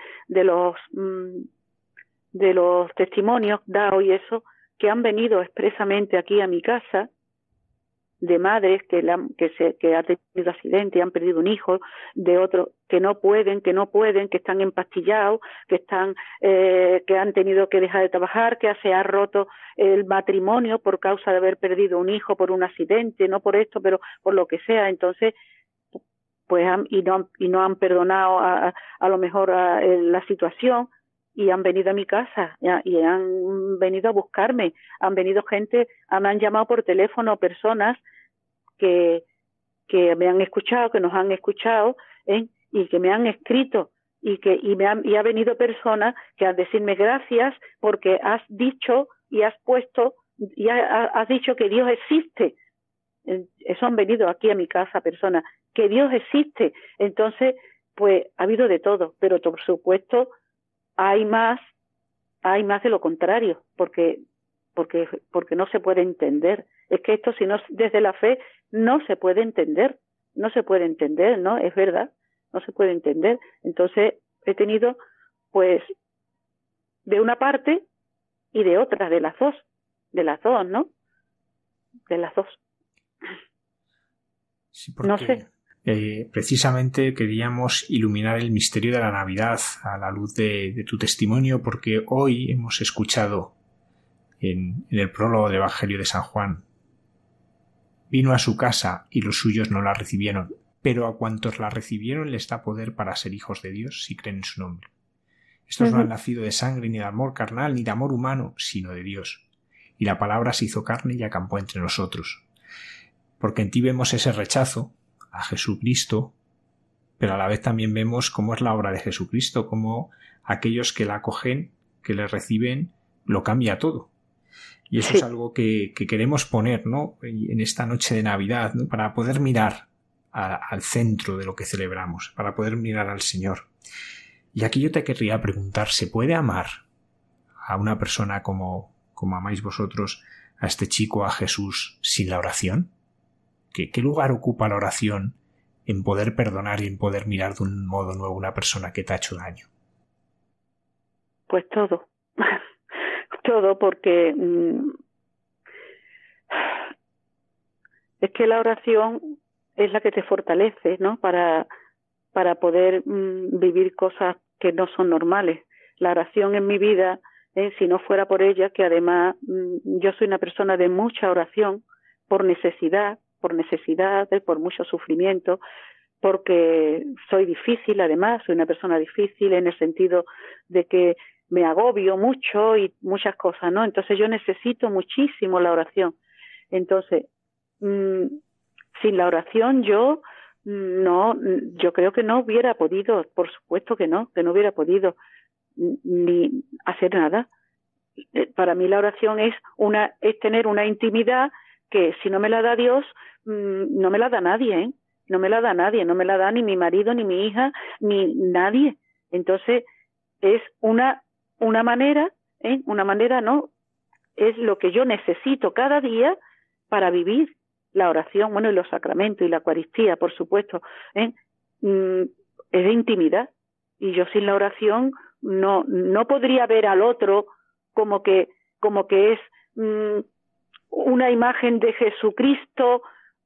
los testimonios dados y eso, que han venido expresamente aquí a mi casa, de madres que ha tenido accidente y han perdido un hijo, de otros que no pueden, que están empastillados, que han tenido que dejar de trabajar, que se ha roto el matrimonio por causa de haber perdido un hijo por un accidente, no por esto, pero por lo que sea. Entonces, pues no han perdonado a lo mejor la situación y han venido a mi casa y han venido a buscarme, me han llamado por teléfono personas que me han escuchado, que nos han escuchado, y que me han escrito y ha venido personas que a decirme gracias porque has dicho y has puesto y has dicho que Dios existe. Eso han venido aquí a mi casa personas, que Dios existe. Entonces, pues ha habido de todo, pero por supuesto hay más de lo contrario, porque no se puede entender. Es que esto, si no desde la fe, no se puede entender, ¿no? Es verdad, no se puede entender. Entonces he tenido, pues, de una parte y de otra, de las dos, ¿no? De las dos. Sí, porque no sé. Precisamente queríamos iluminar el misterio de la Navidad a la luz de tu testimonio, porque hoy hemos escuchado en el prólogo del Evangelio de San Juan: vino a su casa y los suyos no la recibieron, pero a cuantos la recibieron les da poder para ser hijos de Dios si creen en su nombre. Estos no han nacido de sangre, ni de amor carnal, ni de amor humano, sino de Dios. Y la palabra se hizo carne y acampó entre nosotros. Porque en ti vemos ese rechazo a Jesucristo, pero a la vez también vemos cómo es la obra de Jesucristo, cómo aquellos que la acogen, que le reciben, lo cambia todo. Y eso es algo que queremos poner, ¿no?, en esta noche de Navidad, ¿no?, para poder mirar al centro de lo que celebramos, para poder mirar al Señor. Y aquí yo te querría preguntar, ¿se puede amar a una persona como amáis vosotros a este chico, a Jesús, sin la oración? ¿Qué lugar ocupa la oración en poder perdonar y en poder mirar de un modo nuevo a una persona que te ha hecho daño? Pues todo. Todo, porque es que la oración es la que te fortalece, ¿no?, para poder vivir cosas que no son normales. La oración en mi vida, si no fuera por ella, que además yo soy una persona de mucha oración, por necesidad, por mucho sufrimiento, porque soy difícil, además, soy una persona difícil en el sentido de que me agobio mucho y muchas cosas, ¿no? Entonces yo necesito muchísimo la oración. Entonces, sin la oración yo creo que no hubiera podido, por supuesto que no hubiera podido ni hacer nada. Para mí la oración es tener una intimidad que si no me la da Dios, no me la da nadie, ¿eh? No me la da nadie, no me la da ni mi marido, ni mi hija, ni nadie. Entonces, es una manera, ¿no? Es lo que yo necesito cada día para vivir la oración, bueno, y los sacramentos y la Eucaristía, por supuesto, es de intimidad. Y yo sin la oración no podría ver al otro como que es una imagen de Jesucristo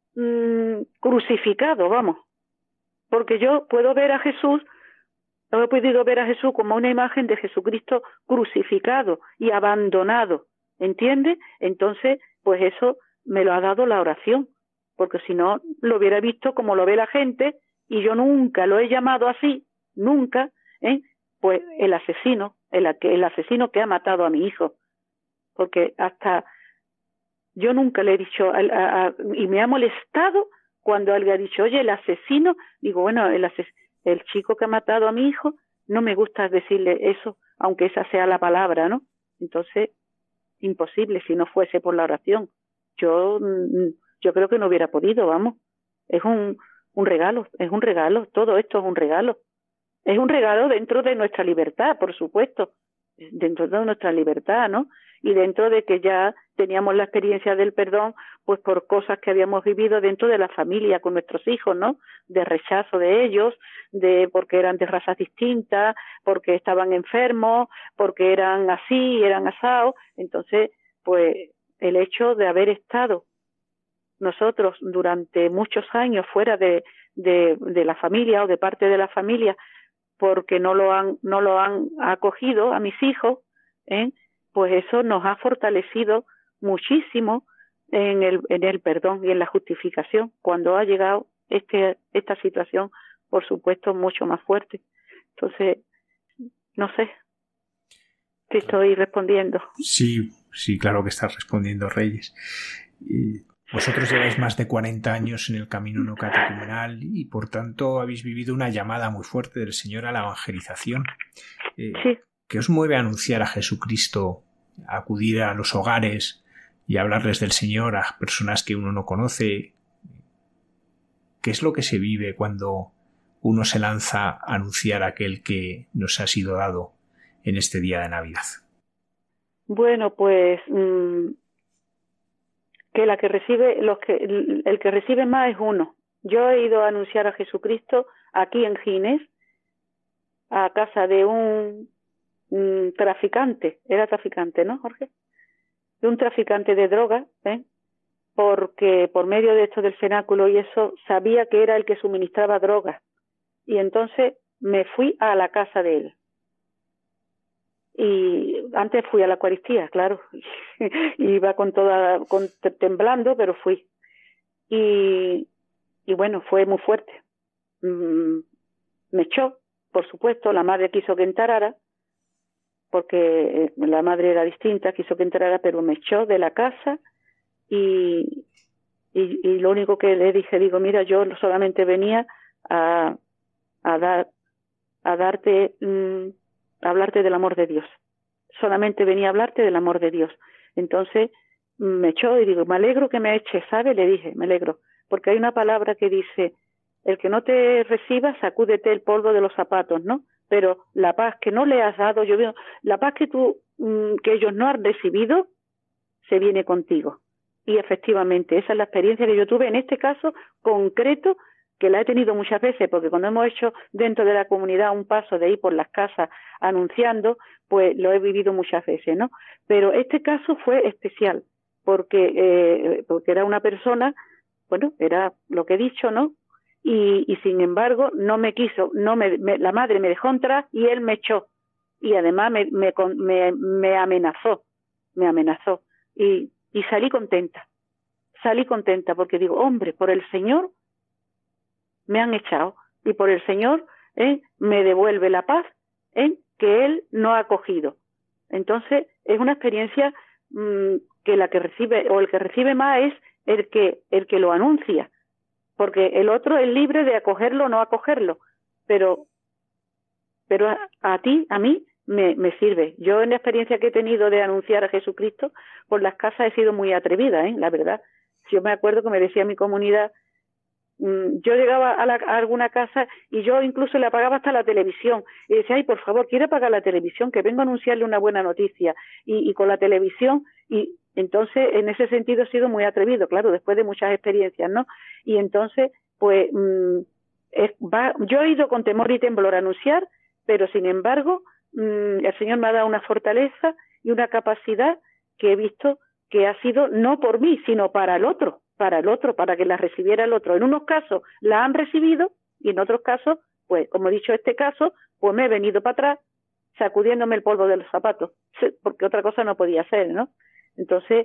crucificado, vamos. Porque yo puedo ver a Jesús, no he podido ver a Jesús como una imagen de Jesucristo crucificado y abandonado, ¿entiendes? Entonces, pues eso me lo ha dado la oración, porque si no lo hubiera visto como lo ve la gente, y yo nunca lo he llamado así, nunca, pues el asesino que ha matado a mi hijo, porque hasta yo nunca le he dicho, y me ha molestado cuando alguien ha dicho, oye, el asesino, digo, bueno, el chico que ha matado a mi hijo, no me gusta decirle eso, aunque esa sea la palabra, ¿no? Entonces, imposible si no fuese por la oración. Yo creo que no hubiera podido, vamos. Es un regalo, todo esto es un regalo. Es un regalo dentro de nuestra libertad, por supuesto, dentro de nuestra libertad, ¿no? Y dentro de que ya teníamos la experiencia del perdón, pues por cosas que habíamos vivido dentro de la familia con nuestros hijos, ¿no? De rechazo de ellos, porque eran de razas distintas, porque estaban enfermos, porque eran así, eran asados. Entonces, pues el hecho de haber estado nosotros durante muchos años fuera de la familia o de parte de la familia, porque no lo han acogido a mis hijos, pues eso nos ha fortalecido muchísimo en el perdón y en la justificación cuando ha llegado esta situación, por supuesto, mucho más fuerte. Entonces, no sé si estoy respondiendo. Sí, claro que estás respondiendo, Reyes. Vosotros lleváis más de 40 años en el camino no catecumenal y por tanto habéis vivido una llamada muy fuerte del Señor a la evangelización. Sí. ¿Qué os mueve a anunciar a Jesucristo, a acudir a los hogares y hablarles del Señor a personas que uno no conoce. ¿Qué es lo que se vive cuando uno se lanza a anunciar aquel que nos ha sido dado en este día de Navidad? Bueno, pues que la que recibe, el que recibe más es uno. Yo he ido a anunciar a Jesucristo aquí en Gines, a casa de un traficante. Era traficante, ¿no, Jorge? De un traficante de drogas, porque por medio de esto del cenáculo y eso, sabía que era el que suministraba drogas. Y entonces me fui a la casa de él. Y antes fui a la Eucaristía, claro. Iba temblando, pero fui. Y bueno, fue muy fuerte. Me echó, por supuesto, la madre quiso que entrara, porque la madre era distinta, quiso que entrara, pero me echó de la casa y lo único que le dije, mira, yo solamente venía a hablarte del amor de Dios. Solamente venía a hablarte del amor de Dios. Entonces me echó y digo, me alegro que me eches, ¿sabe? Le dije, me alegro, porque hay una palabra que dice, el que no te reciba, sacúdete el polvo de los zapatos, ¿no? Pero la paz que no le has dado, yo veo, la paz que que ellos no han recibido, se viene contigo. Y efectivamente, esa es la experiencia que yo tuve en este caso concreto, que la he tenido muchas veces, porque cuando hemos hecho dentro de la comunidad un paso de ir por las casas anunciando, pues lo he vivido muchas veces, ¿no? Pero este caso fue especial, porque era una persona, bueno, era lo que he dicho, ¿no? Y sin embargo no me quiso, la madre me dejó entrar y él me echó. Y además me amenazó y salí contenta porque digo, hombre, por el Señor me han echado y por el Señor me devuelve la paz que Él no ha cogido. Entonces es una experiencia que la que recibe o el que recibe más es el que lo anuncia, porque el otro es libre de acogerlo o no acogerlo, pero a mí me sirve. Yo en la experiencia que he tenido de anunciar a Jesucristo por las casas he sido muy atrevida, la verdad. Yo me acuerdo que me decía mi comunidad, yo llegaba a alguna casa y yo incluso le apagaba hasta la televisión y decía, ay, por favor, quiere apagar la televisión, que vengo a anunciarle una buena noticia, y con la televisión, y entonces en ese sentido he sido muy atrevido, claro, después de muchas experiencias, ¿no? Y entonces pues yo he ido con temor y temblor a anunciar, pero sin embargo el Señor me ha dado una fortaleza y una capacidad que he visto que ha sido no por mí, sino para el otro, para que la recibiera el otro. En unos casos la han recibido y en otros casos, pues como he dicho este caso, pues me he venido para atrás sacudiéndome el polvo de los zapatos, porque otra cosa no podía hacer, ¿no? Entonces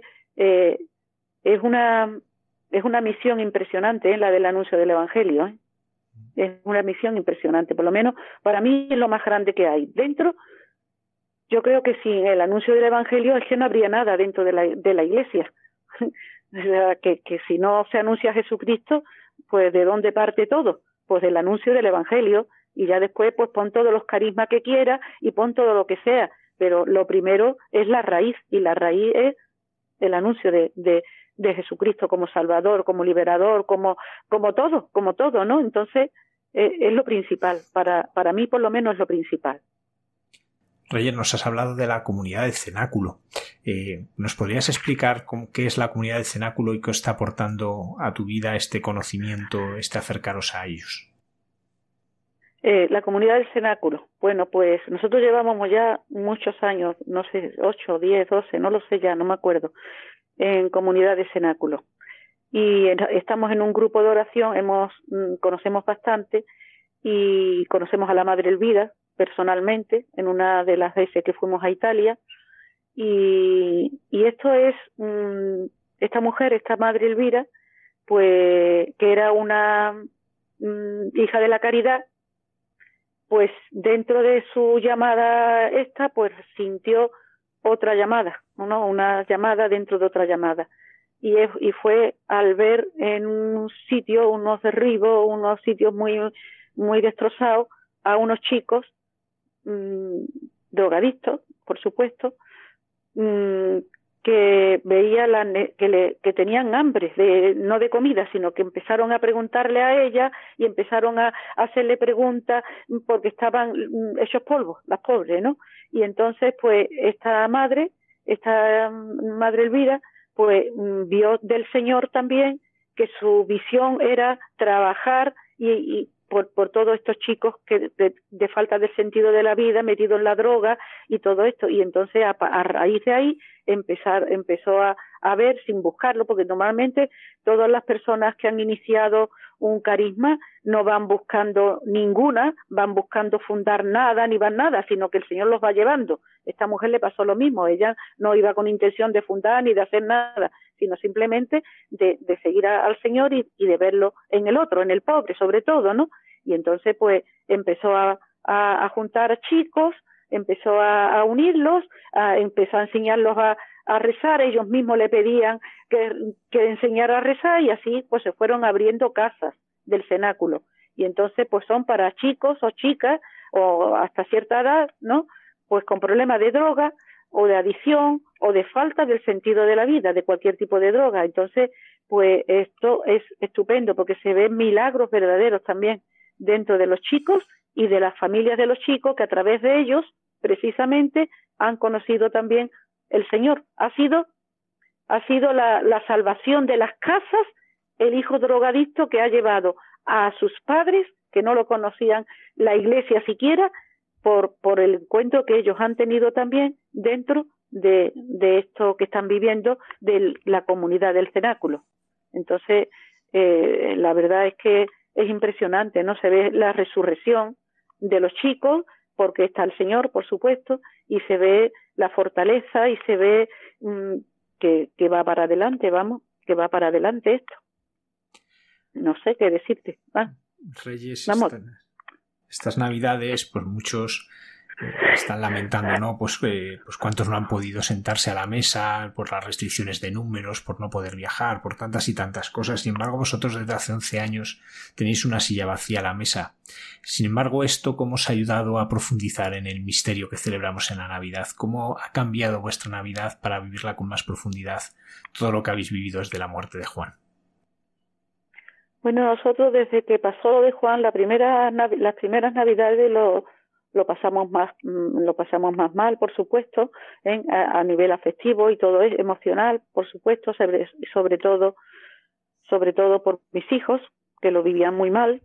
es una misión impresionante, la del anuncio del Evangelio, Es una misión impresionante, por lo menos para mí es lo más grande que hay. Dentro, yo creo que sin el anuncio del Evangelio es que no habría nada dentro de la Iglesia. O sea, que si no se anuncia a Jesucristo, pues ¿de dónde parte todo? Pues del anuncio del Evangelio, y ya después pues pon todos los carismas que quieras y pon todo lo que sea, pero lo primero es la raíz, y la raíz es el anuncio de Jesucristo como Salvador, como Liberador, como todo, ¿no? Entonces es lo principal, para mí por lo menos es lo principal. Reyes, nos has hablado de la comunidad del cenáculo. ¿Nos podrías explicar qué es la comunidad del cenáculo y qué está aportando a tu vida este conocimiento, este acercaros a ellos? La comunidad del cenáculo. Bueno, pues nosotros llevamos ya muchos años, no sé, 8, 10, 12, no lo sé ya, no me acuerdo, en comunidad de cenáculo. Y estamos en un grupo de oración, conocemos bastante y conocemos a la Madre Elvira personalmente en una de las veces que fuimos a Italia, y esto es esta mujer, esta Madre Elvira, pues que era una hija de la caridad, pues dentro de su llamada pues sintió otra llamada, ¿no? Una llamada dentro de otra llamada, y fue al ver en un sitio unos derribos, unos sitios muy muy destrozados, a unos chicos drogadictos, por supuesto, que veía que tenían hambre, no de comida, sino que empezaron a preguntarle a ella y empezaron a hacerle preguntas porque estaban hechos polvo, las pobres, ¿no? Y entonces, pues, esta madre Elvira, pues, vio del Señor también que su visión era trabajar y por todos estos chicos que de falta de sentido de la vida, metidos en la droga y todo esto. Y entonces a raíz de ahí empezó a ver sin buscarlo, porque normalmente todas las personas que han iniciado un carisma no van buscando ninguna, van buscando fundar nada, ni van nada, sino que el Señor los va llevando. Esta mujer le pasó lo mismo, ella no iba con intención de fundar ni de hacer nada, sino simplemente de seguir al Señor y de verlo en el otro, en el pobre sobre todo, ¿no? Y entonces pues empezó a juntar chicos, empezó a unirlos, empezó a enseñarlos a rezar, ellos mismos le pedían que enseñara a rezar y así pues se fueron abriendo casas del cenáculo. Y entonces pues son para chicos o chicas o hasta cierta edad, ¿no? Pues con problemas de droga o de adicción o de falta del sentido de la vida, de cualquier tipo de droga. Entonces pues esto es estupendo porque se ven milagros verdaderos también dentro de los chicos y de las familias de los chicos que a través de ellos precisamente han conocido también el Señor. Ha sido la salvación de las casas el hijo drogadicto que ha llevado a sus padres, que no lo conocían la iglesia siquiera, por el encuentro que ellos han tenido también dentro de esto que están viviendo de la comunidad del cenáculo. Entonces, la verdad es que es impresionante, ¿no? Se ve la resurrección de los chicos, porque está el Señor, por supuesto, y se ve la fortaleza y se ve que va para adelante, que va para adelante esto. No sé qué decirte. Reyes, estas Navidades, pues muchos están lamentando, ¿no? Pues cuántos no han podido sentarse a la mesa por las restricciones de números, por no poder viajar, por tantas y tantas cosas. Sin embargo, vosotros desde hace 11 años tenéis una silla vacía a la mesa. Sin embargo, esto, ¿cómo os ha ayudado a profundizar en el misterio que celebramos en la Navidad? ¿Cómo ha cambiado vuestra Navidad para vivirla con más profundidad, todo lo que habéis vivido desde la muerte de Juan? Bueno, nosotros desde que pasó lo de Juan, las primeras Navidades lo pasamos más mal, por supuesto, a nivel afectivo y todo es emocional, por supuesto, sobre todo por mis hijos, que lo vivían muy mal,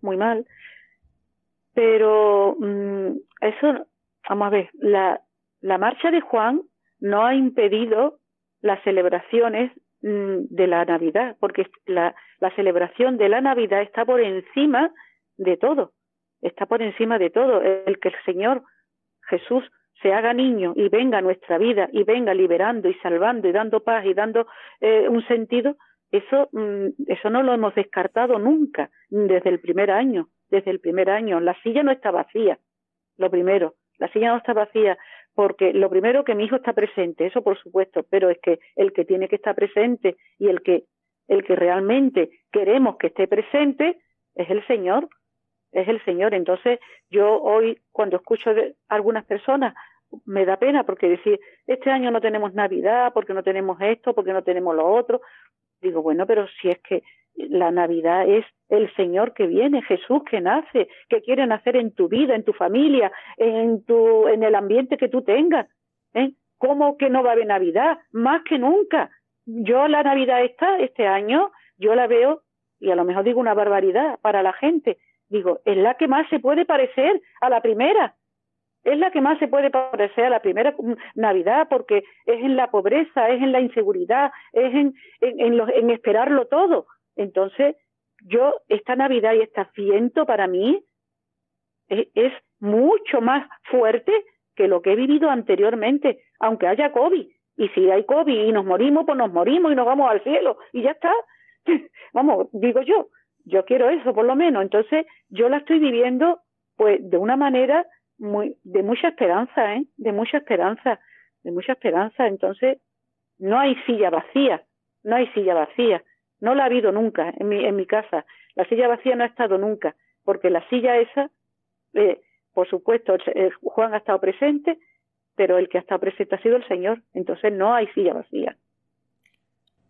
pero eso, vamos a ver, la marcha de Juan no ha impedido las celebraciones de la Navidad, porque la celebración de la Navidad está por encima de todo. Está por encima de todo. El que el Señor Jesús se haga niño y venga a nuestra vida y venga liberando y salvando y dando paz y dando un sentido, eso no lo hemos descartado nunca, desde el primer año. La silla no está vacía, lo primero. La silla no está vacía porque lo primero que mi hijo está presente, eso por supuesto, pero es que el que tiene que estar presente y el que realmente queremos que esté presente es el Señor. Es el Señor. Entonces yo hoy cuando escucho de algunas personas me da pena porque decir este año no tenemos Navidad, porque no tenemos esto, porque no tenemos lo otro. Digo, bueno, pero si es que la Navidad es el Señor que viene, Jesús que nace, que quiere nacer en tu vida, en tu familia, en el ambiente que tú tengas. ¿Cómo que no va a haber Navidad? Más que nunca. Yo la Navidad este año, yo la veo, y a lo mejor digo una barbaridad para la gente, digo, es la que más se puede parecer a la primera. Es la que más se puede parecer a la primera Navidad porque es en la pobreza, es en la inseguridad, es en esperarlo todo. Entonces, esta Navidad y este Adviento para mí es mucho más fuerte que lo que he vivido anteriormente, aunque haya COVID. Y si hay COVID y nos morimos, pues nos morimos y nos vamos al cielo y ya está. Vamos, digo yo quiero eso por lo menos. Entonces, yo la estoy viviendo pues de una manera de mucha esperanza, de mucha esperanza. Entonces, no hay silla vacía, no la ha habido nunca en mi casa. La silla vacía no ha estado nunca, porque la silla esa, por supuesto, Juan ha estado presente, pero el que ha estado presente ha sido el Señor. Entonces no hay silla vacía,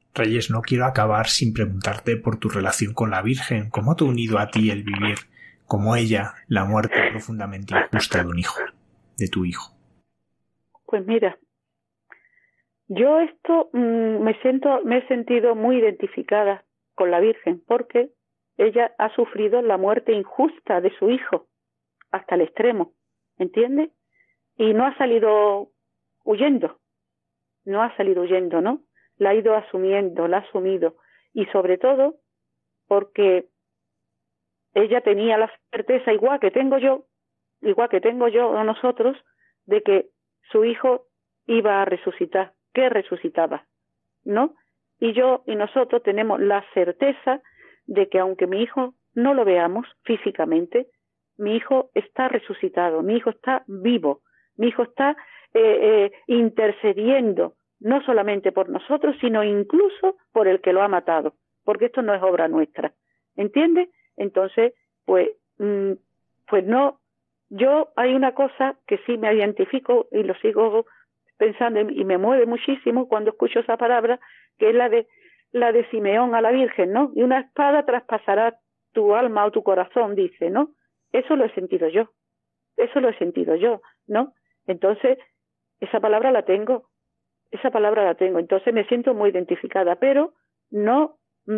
Reyes, no quiero acabar sin preguntarte por tu relación con la Virgen. ¿Cómo te ha unido a ti el vivir, como ella, la muerte profundamente injusta de un hijo, de tu hijo? Pues mira, yo me he sentido muy identificada con la Virgen, porque ella ha sufrido la muerte injusta de su hijo hasta el extremo, ¿entiendes? Y no ha salido huyendo, ¿no? La ha ido asumiendo, la ha asumido, y sobre todo porque ella tenía la certeza, igual que tengo yo o nosotros, de que su hijo iba a resucitar, que resucitaba, ¿no? Y nosotros tenemos la certeza de que aunque mi hijo no lo veamos físicamente, mi hijo está resucitado, mi hijo está vivo, mi hijo está intercediendo, no solamente por nosotros, sino incluso por el que lo ha matado, porque esto no es obra nuestra, ¿entiendes? Entonces, pues no, yo hay una cosa que sí me identifico y lo sigo pensando y me mueve muchísimo cuando escucho esa palabra, que es la de Simeón a la Virgen, ¿no? Y una espada traspasará tu alma o tu corazón, dice, ¿no? Eso lo he sentido yo, ¿no? Entonces, esa palabra la tengo, entonces me siento muy identificada, pero no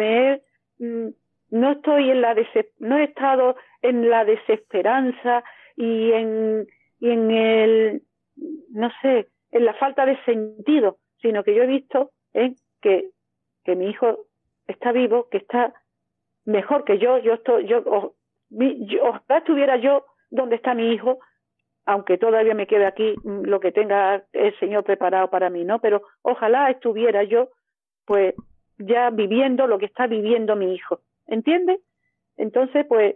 estoy no he estado en la desesperanza y en el, no sé, en la falta de sentido, sino que yo he visto que mi hijo está vivo, que está mejor que yo ojalá estuviera yo donde está mi hijo, aunque todavía me quede aquí lo que tenga el Señor preparado para mí, ¿no? Pero ojalá estuviera yo, pues, ya viviendo lo que está viviendo mi hijo, ¿entiendes? Entonces, pues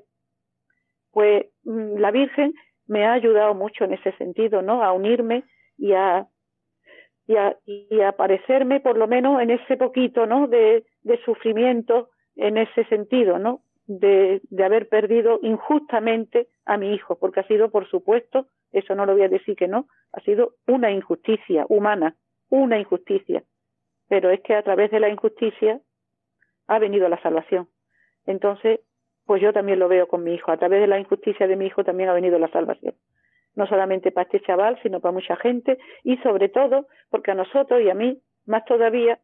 la Virgen me ha ayudado mucho en ese sentido, ¿no? A unirme y a parecerme, por lo menos, en ese poquito, ¿no? De sufrimiento, en ese sentido, ¿no? De haber perdido injustamente a mi hijo, porque ha sido, por supuesto, eso no lo voy a decir que no, ha sido una injusticia humana, una injusticia, pero es que a través de la injusticia ha venido la salvación. Entonces, pues yo también lo veo con mi hijo, a través de la injusticia de mi hijo también ha venido la salvación, no solamente para este chaval, sino para mucha gente, y sobre todo porque a nosotros y a mí, más todavía,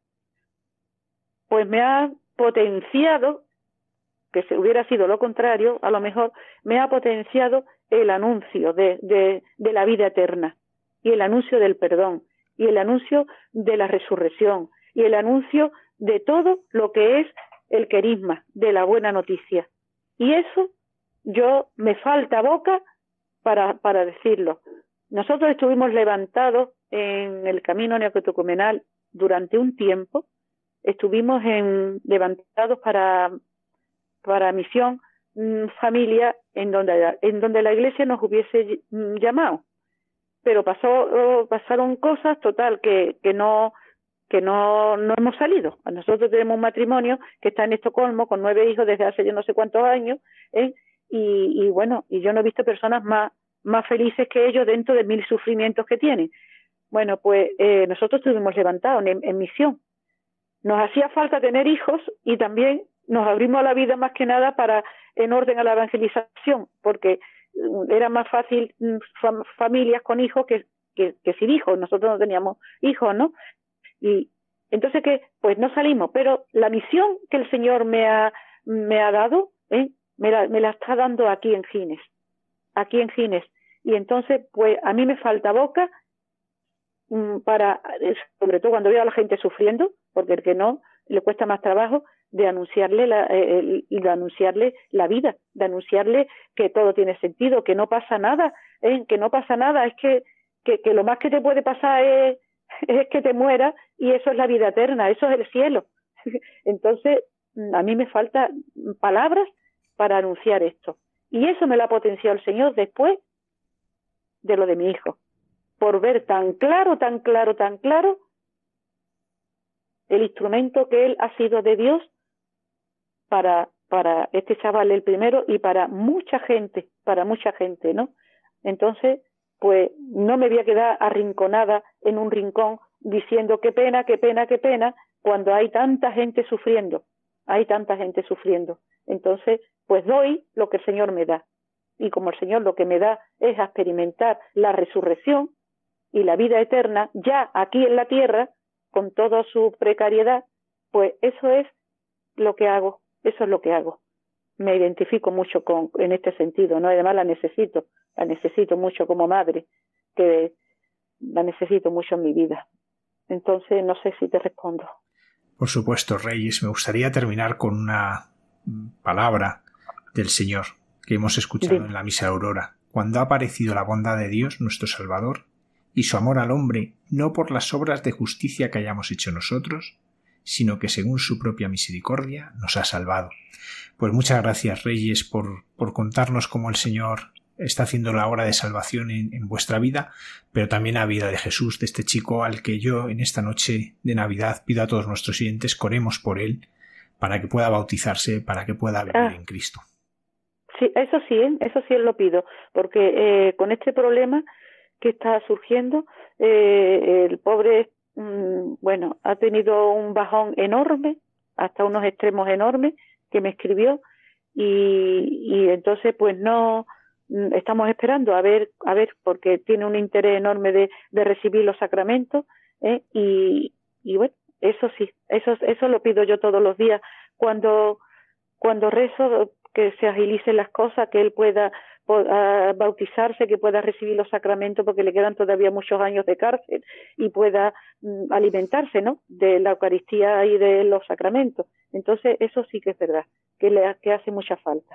pues me ha potenciado, que si hubiera sido lo contrario, a lo mejor me ha potenciado el anuncio de la vida eterna, y el anuncio del perdón, y el anuncio de la resurrección, y el anuncio de todo lo que es el querigma, de la buena noticia. Y eso me falta boca para decirlo. Nosotros estuvimos levantados en el camino neocatecumenal durante un tiempo, estuvimos levantados para misión familia en donde la Iglesia nos hubiese llamado, pero pasaron cosas total que no hemos salido. Nosotros tenemos un matrimonio que está en Estocolmo con 9 hijos desde hace yo no sé cuántos años, y bueno, y yo no he visto personas más felices que ellos dentro de 1000 sufrimientos que tienen. Bueno, pues nosotros estuvimos levantados en misión. Nos hacía falta tener hijos y también nos abrimos a la vida más que nada en orden a la evangelización, porque era más fácil familias con hijos que sin hijos. Nosotros no teníamos hijos, ¿no? Y entonces pues no salimos, pero la misión que el Señor me ha dado, me la está dando aquí en Gines. Y entonces, pues a mí me falta boca sobre todo cuando veo a la gente sufriendo, porque el que no le cuesta más trabajo, de anunciarle la vida, de anunciarle que todo tiene sentido, que no pasa nada, es que lo más que te puede pasar es que te mueras, y eso es la vida eterna, eso es el cielo. Entonces, a mí me faltan palabras para anunciar esto. Y eso me lo ha potenciado el Señor después de lo de mi hijo, por ver tan claro el instrumento que él ha sido de Dios para este chaval el primero y para mucha gente, ¿no? Entonces, pues no me voy a quedar arrinconada en un rincón diciendo qué pena, cuando hay tanta gente sufriendo, Entonces, pues doy lo que el Señor me da. Y como el Señor lo que me da es experimentar la resurrección y la vida eterna, ya aquí en la tierra, con toda su precariedad, pues eso es lo que hago. Me identifico mucho en este sentido, ¿no? Además la necesito mucho como madre, que la necesito mucho en mi vida. Entonces, no sé si te respondo. Por supuesto, Reyes. Me gustaría terminar con una palabra del Señor que hemos escuchado en la Misa de Aurora. Cuando ha aparecido la bondad de Dios, nuestro Salvador, y su amor al hombre, no por las obras de justicia que hayamos hecho nosotros, sino que según su propia misericordia nos ha salvado. Pues muchas gracias, Reyes, por contarnos cómo el Señor está haciendo la obra de salvación en vuestra vida, pero también la vida de Jesús, de este chico al que yo en esta noche de Navidad pido a todos nuestros oyentes que oremos por él, para que pueda bautizarse, para que pueda vivir en Cristo. Sí, eso sí lo pido, porque con este problema que está surgiendo, el pobre, ha tenido un bajón enorme, hasta unos extremos enormes, que me escribió, y entonces pues no estamos esperando a ver, porque tiene un interés enorme de recibir los sacramentos, y bueno, eso sí, eso lo pido yo todos los días, cuando rezo, que se agilicen las cosas, que él pueda bautizarse, que pueda recibir los sacramentos, porque le quedan todavía muchos años de cárcel, y pueda alimentarse, ¿no?, de la Eucaristía y de los sacramentos. Entonces eso sí que es verdad, que hace mucha falta.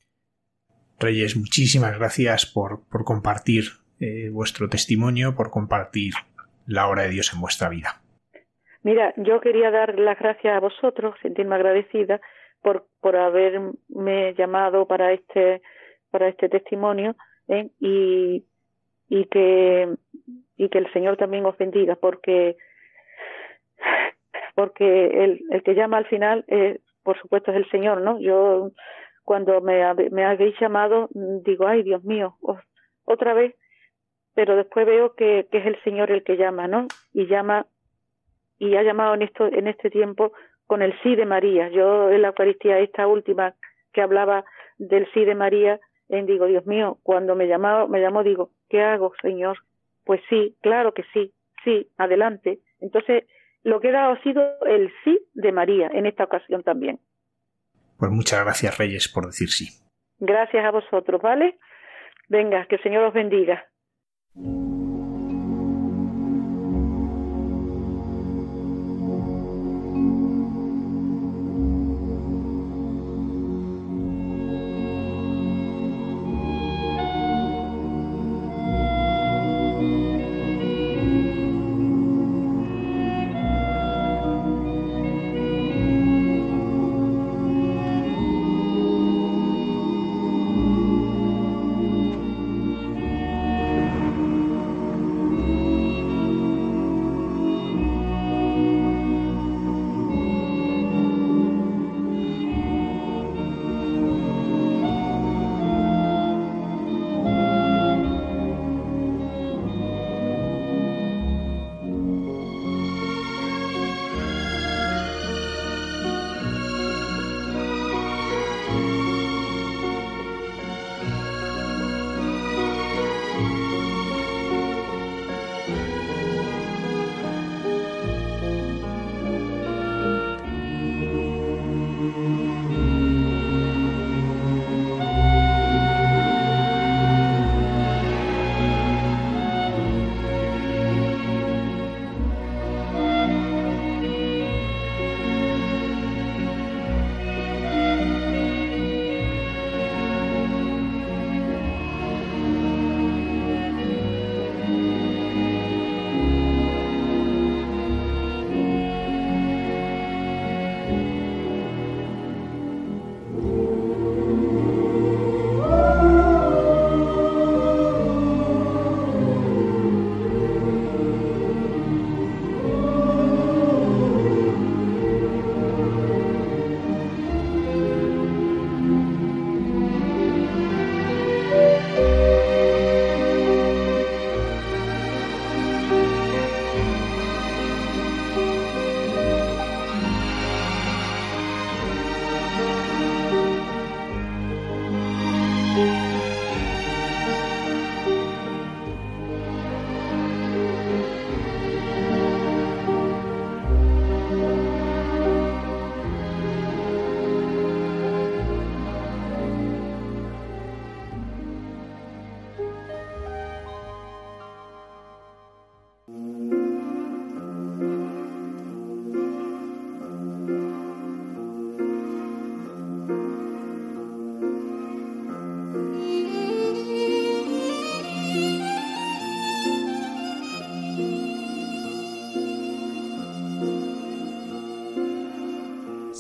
Reyes, muchísimas gracias por compartir vuestro testimonio, por compartir la obra de Dios en vuestra vida. Mira, yo quería dar las gracias a vosotros, sentirme agradecida por haberme llamado para este testimonio, y que el Señor también os bendiga, porque el que llama al final, por supuesto, es el Señor, ¿no? Yo, cuando me habéis llamado, digo, ay, Dios mío, otra vez, pero después veo que es el Señor el que llama, ¿no? Y ha llamado en este tiempo con el sí de María. Yo en la Eucaristía esta última que hablaba del sí de María, digo, Dios mío, cuando me llamó, digo, ¿qué hago, Señor? Pues sí, claro que sí, adelante. Entonces, lo que he dado ha sido el sí de María en esta ocasión también. Pues muchas gracias, Reyes, por decir sí. Gracias a vosotros, ¿vale? Venga, que el Señor os bendiga.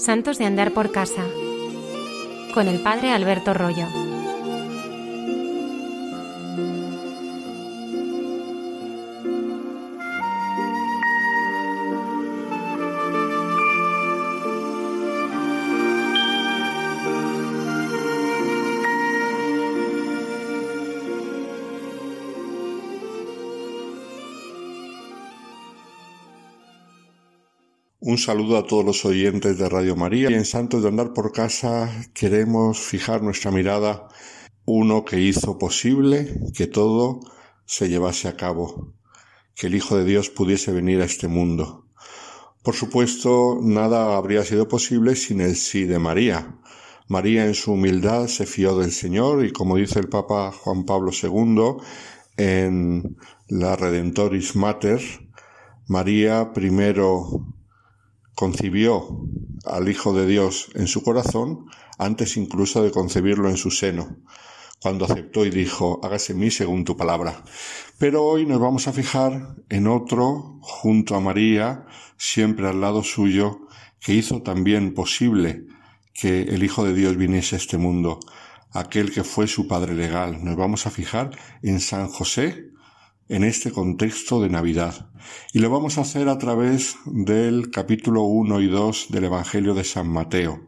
Santos de andar por casa, con el Padre Alberto Royo. Un saludo a todos los oyentes de Radio María. Y en Santos de andar por casa queremos fijar nuestra mirada uno que hizo posible que todo se llevase a cabo, que el Hijo de Dios pudiese venir a este mundo. Por supuesto, nada habría sido posible sin el sí de María. María en su humildad se fió del Señor y, como dice el Papa Juan Pablo II en la Redentoris Mater, María primero concibió al Hijo de Dios en su corazón antes incluso de concebirlo en su seno, cuando aceptó y dijo: hágase en mí según tu palabra. Pero hoy nos vamos a fijar en otro, junto a María, siempre al lado suyo, que hizo también posible que el Hijo de Dios viniese a este mundo, aquel que fue su padre legal. Nos vamos a fijar en San José, en este contexto de Navidad. Y lo vamos a hacer a través del capítulo 1 y 2 del Evangelio de San Mateo.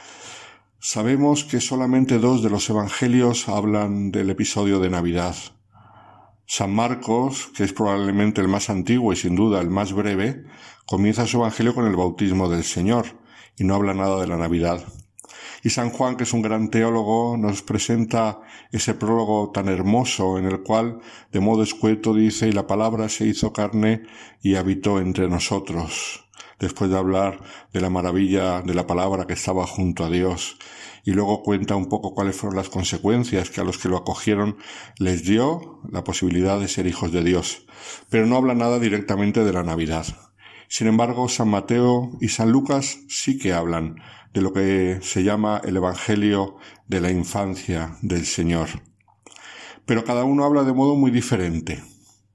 Sabemos que solamente 2 de los evangelios hablan del episodio de Navidad. San Marcos, que es probablemente el más antiguo y sin duda el más breve, comienza su evangelio con el bautismo del Señor y no habla nada de la Navidad. Y San Juan, que es un gran teólogo, nos presenta ese prólogo tan hermoso en el cual, de modo escueto, dice: y la palabra se hizo carne y habitó entre nosotros, después de hablar de la maravilla de la palabra que estaba junto a Dios. Y luego cuenta un poco cuáles fueron las consecuencias que a los que lo acogieron les dio la posibilidad de ser hijos de Dios. Pero no habla nada directamente de la Navidad. Sin embargo, San Mateo y San Lucas sí que hablan de lo que se llama el Evangelio de la infancia del Señor. Pero cada uno habla de modo muy diferente.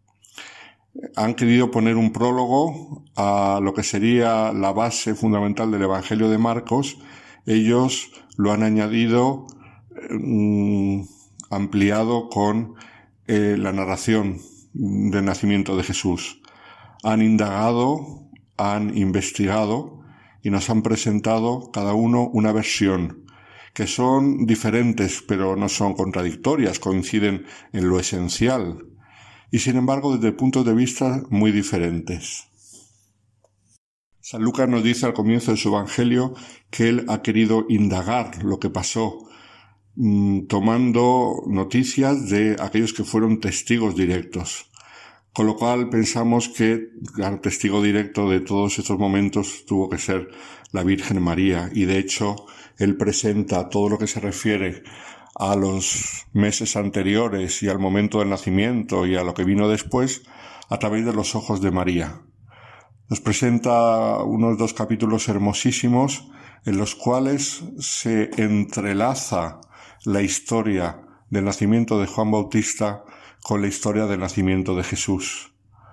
Han querido poner un prólogo a lo que sería la base fundamental del Evangelio de Marcos. Ellos lo han añadido, ampliado con la narración del nacimiento de Jesús. Han indagado, han investigado y nos han presentado cada uno una versión, que son diferentes pero no son contradictorias, coinciden en lo esencial y sin embargo desde puntos de vista muy diferentes. San Lucas nos dice al comienzo de su evangelio que él ha querido indagar lo que pasó, tomando noticias de aquellos que fueron testigos directos. Con lo cual pensamos que el testigo directo de todos estos momentos tuvo que ser la Virgen María, y de hecho él presenta todo lo que se refiere a los meses anteriores y al momento del nacimiento y a lo que vino después a través de los ojos de María. Nos presenta unos 2 capítulos hermosísimos en los cuales se entrelaza la historia del nacimiento de Juan Bautista con la historia del nacimiento de Jesús.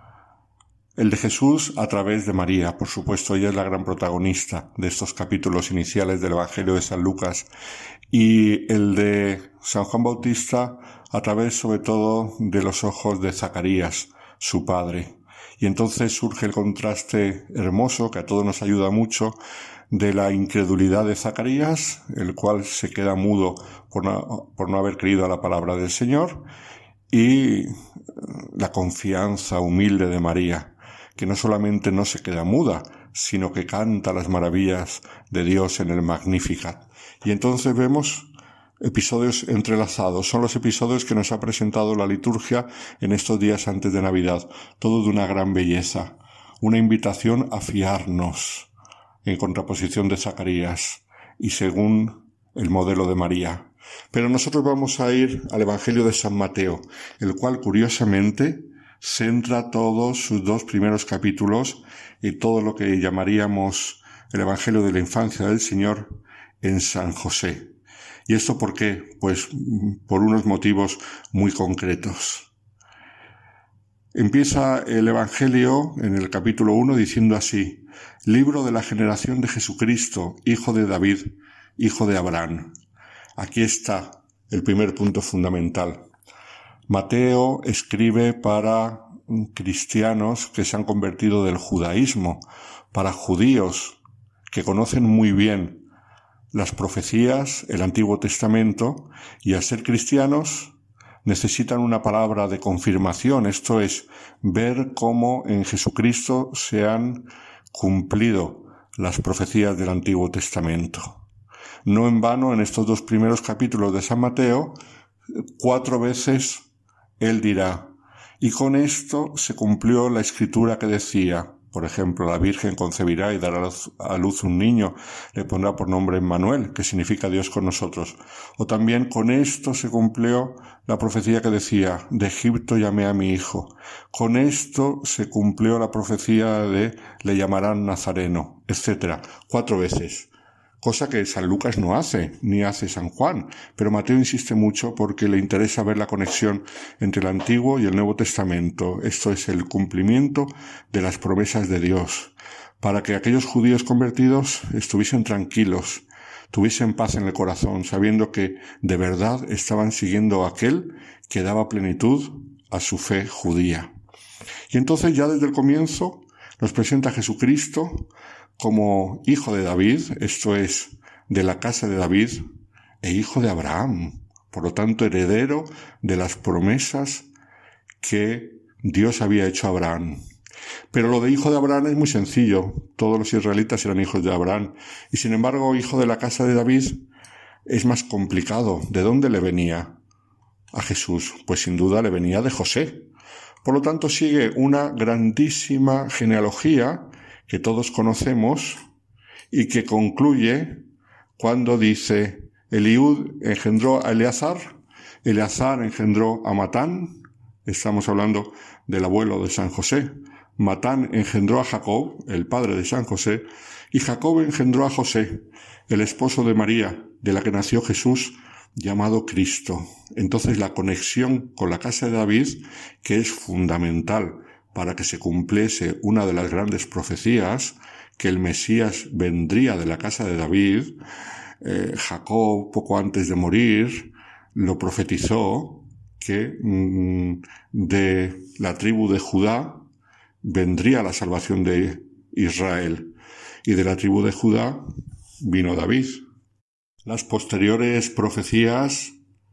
El de Jesús a través de María, por supuesto, ella es la gran protagonista de estos capítulos iniciales del Evangelio de San Lucas, y el de San Juan Bautista a través sobre todo de los ojos de Zacarías, su padre. Y entonces surge el contraste hermoso, que a todos nos ayuda mucho, de la incredulidad de Zacarías, el cual se queda mudo por no haber creído a la palabra del Señor, y la confianza humilde de María, que no solamente no se queda muda, sino que canta las maravillas de Dios en el Magnificat. Y entonces vemos episodios entrelazados. Son los episodios que nos ha presentado la liturgia en estos días antes de Navidad. Todo de una gran belleza. Una invitación a fiarnos, en contraposición de Zacarías, y según el modelo de María. Pero nosotros vamos a ir al Evangelio de San Mateo, el cual curiosamente centra todos sus 2 primeros capítulos y todo lo que llamaríamos el Evangelio de la infancia del Señor en San José. ¿Y esto por qué? Pues por unos motivos muy concretos. Empieza el Evangelio en el capítulo 1 diciendo así: libro de la generación de Jesucristo, hijo de David, hijo de Abraham. Aquí está el primer punto fundamental. Mateo escribe para cristianos que se han convertido del judaísmo, para judíos que conocen muy bien las profecías, el Antiguo Testamento, y al ser cristianos necesitan una palabra de confirmación, esto es, ver cómo en Jesucristo se han cumplido las profecías del Antiguo Testamento. No en vano, en estos 2 primeros capítulos de San Mateo, 4 veces él dirá: y con esto se cumplió la escritura que decía, por ejemplo, la Virgen concebirá y dará a luz un niño, le pondrá por nombre Emmanuel, que significa Dios con nosotros. O también con esto se cumplió la profecía que decía: de Egipto llamé a mi hijo. Con esto se cumplió la profecía de le llamarán Nazareno, etc. 4 veces. Cosa que San Lucas no hace, ni hace San Juan, pero Mateo insiste mucho porque le interesa ver la conexión entre el Antiguo y el Nuevo Testamento. Esto es el cumplimiento de las promesas de Dios, para que aquellos judíos convertidos estuviesen tranquilos, tuviesen paz en el corazón, sabiendo que de verdad estaban siguiendo a aquel que daba plenitud a su fe judía. Y entonces ya desde el comienzo nos presenta a Jesucristo como hijo de David, esto es, de la casa de David, e hijo de Abraham, por lo tanto heredero de las promesas que Dios había hecho a Abraham. Pero lo de hijo de Abraham es muy sencillo, todos los israelitas eran hijos de Abraham, y sin embargo hijo de la casa de David es más complicado. ¿De dónde le venía a Jesús? Pues sin duda le venía de José. Por lo tanto sigue una grandísima genealogía que todos conocemos y que concluye cuando dice: Eliud engendró a Eleazar, Eleazar engendró a Matán, estamos hablando del abuelo de San José, Matán engendró a Jacob, el padre de San José, y Jacob engendró a José, el esposo de María, de la que nació Jesús, llamado Cristo. Entonces la conexión con la casa de David, que es fundamental para que se cumpliese una de las grandes profecías, que el Mesías vendría de la casa de David. Jacob, poco antes de morir, lo profetizó, que de la tribu de Judá vendría la salvación de Israel, y de la tribu de Judá vino David. Las posteriores profecías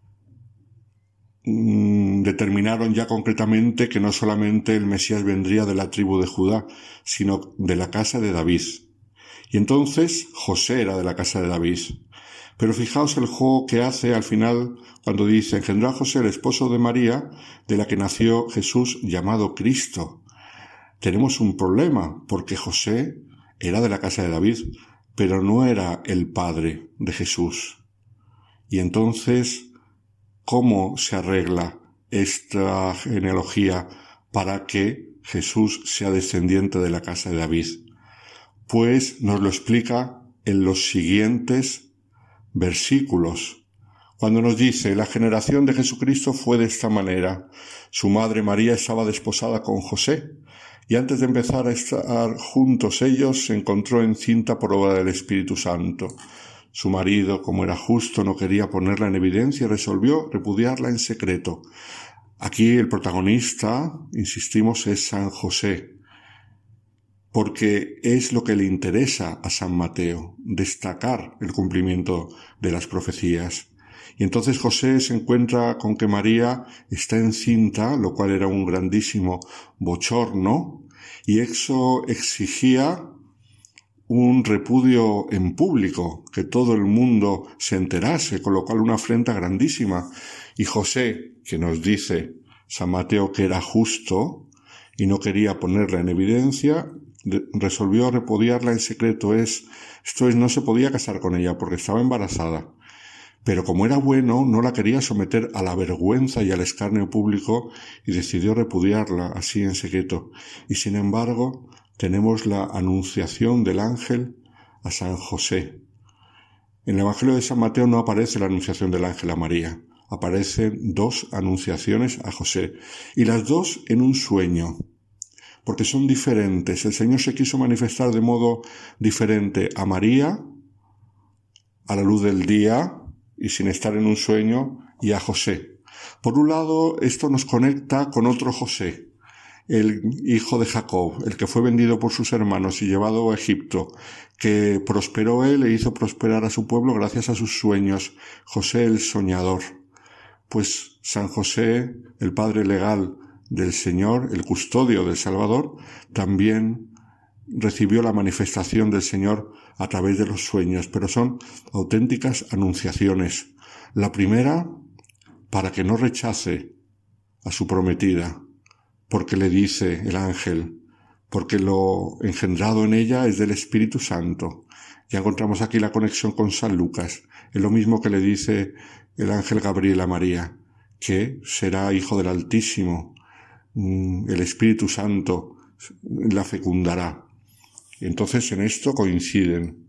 determinaron ya concretamente que no solamente el Mesías vendría de la tribu de Judá, sino de la casa de David. Y entonces José era de la casa de David. Pero fijaos el juego que hace al final cuando dice: engendró a José, el esposo de María, de la que nació Jesús, llamado Cristo. Tenemos un problema, porque José era de la casa de David, pero no era el padre de Jesús. Y entonces, ¿cómo se arregla esta genealogía para que Jesús sea descendiente de la casa de David? Pues nos lo explica en los siguientes versículos, cuando nos dice: la generación de Jesucristo fue de esta manera. Su madre María estaba desposada con José, y antes de empezar a estar juntos ellos, se encontró encinta por obra del Espíritu Santo. Su marido, como era justo, no quería ponerla en evidencia y resolvió repudiarla en secreto. Aquí el protagonista, insistimos, es San José, porque es lo que le interesa a San Mateo, destacar el cumplimiento de las profecías. Y entonces José se encuentra con que María está encinta, lo cual era un grandísimo bochorno, y eso exigía un repudio en público, que todo el mundo se enterase, con lo cual una afrenta grandísima. Y José, que nos dice San Mateo que era justo y no quería ponerla en evidencia, resolvió repudiarla en secreto. Esto es, no se podía casar con ella porque estaba embarazada. Pero como era bueno, no la quería someter a la vergüenza y al escarnio público y decidió repudiarla así en secreto. Y sin embargo, tenemos la anunciación del ángel a San José. En el Evangelio de San Mateo no aparece la anunciación del ángel a María, aparecen 2 anunciaciones a José, y las 2 en un sueño, porque son diferentes. El Señor se quiso manifestar de modo diferente a María, a la luz del día y sin estar en un sueño, y a José. Por un lado, esto nos conecta con otro José, el hijo de Jacob, el que fue vendido por sus hermanos y llevado a Egipto, que prosperó él e hizo prosperar a su pueblo gracias a sus sueños, José el soñador. Pues San José, el padre legal del Señor, el custodio del Salvador, también recibió la manifestación del Señor a través de los sueños, pero son auténticas anunciaciones. La primera, para que no rechace a su prometida, porque le dice el ángel, porque lo engendrado en ella es del Espíritu Santo. Ya encontramos aquí la conexión con San Lucas. Es lo mismo que le dice el ángel Gabriel a María, que será hijo del Altísimo. El Espíritu Santo la fecundará. Entonces en esto coinciden.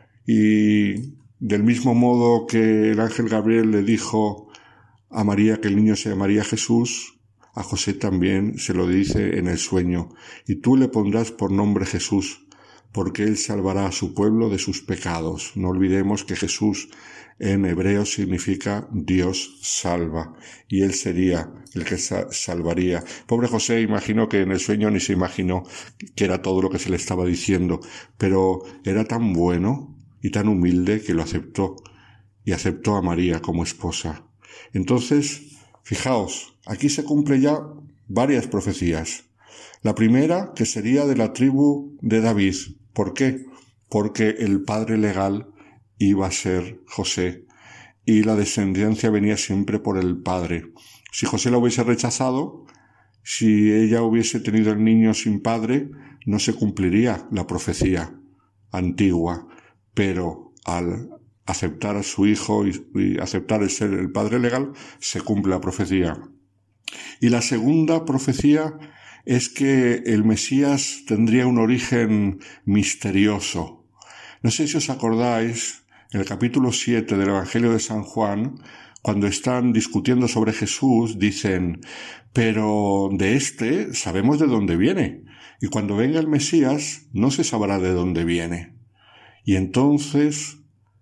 Y del mismo modo que el ángel Gabriel le dijo a María que el niño se llamaría Jesús, a José también se lo dice en el sueño, y tú le pondrás por nombre Jesús, porque él salvará a su pueblo de sus pecados. No olvidemos que Jesús en hebreo significa Dios salva, y él sería el que salvaría. Pobre José, imagino que en el sueño ni se imaginó que era todo lo que se le estaba diciendo, pero era tan bueno y tan humilde que lo aceptó, y aceptó a María como esposa. Entonces, fijaos, aquí se cumple ya varias profecías. La primera, que sería de la tribu de David. ¿Por qué? Porque el padre legal iba a ser José, y la descendencia venía siempre por el padre. Si José la hubiese rechazado, si ella hubiese tenido el niño sin padre, no se cumpliría la profecía antigua, pero al aceptar a su hijo y aceptar el ser el padre legal, se cumple la profecía. Y la segunda profecía es que el Mesías tendría un origen misterioso. No sé si os acordáis, en el capítulo 7 del Evangelio de San Juan, cuando están discutiendo sobre Jesús, dicen, pero de este sabemos de dónde viene, y cuando venga el Mesías no se sabrá de dónde viene. Y entonces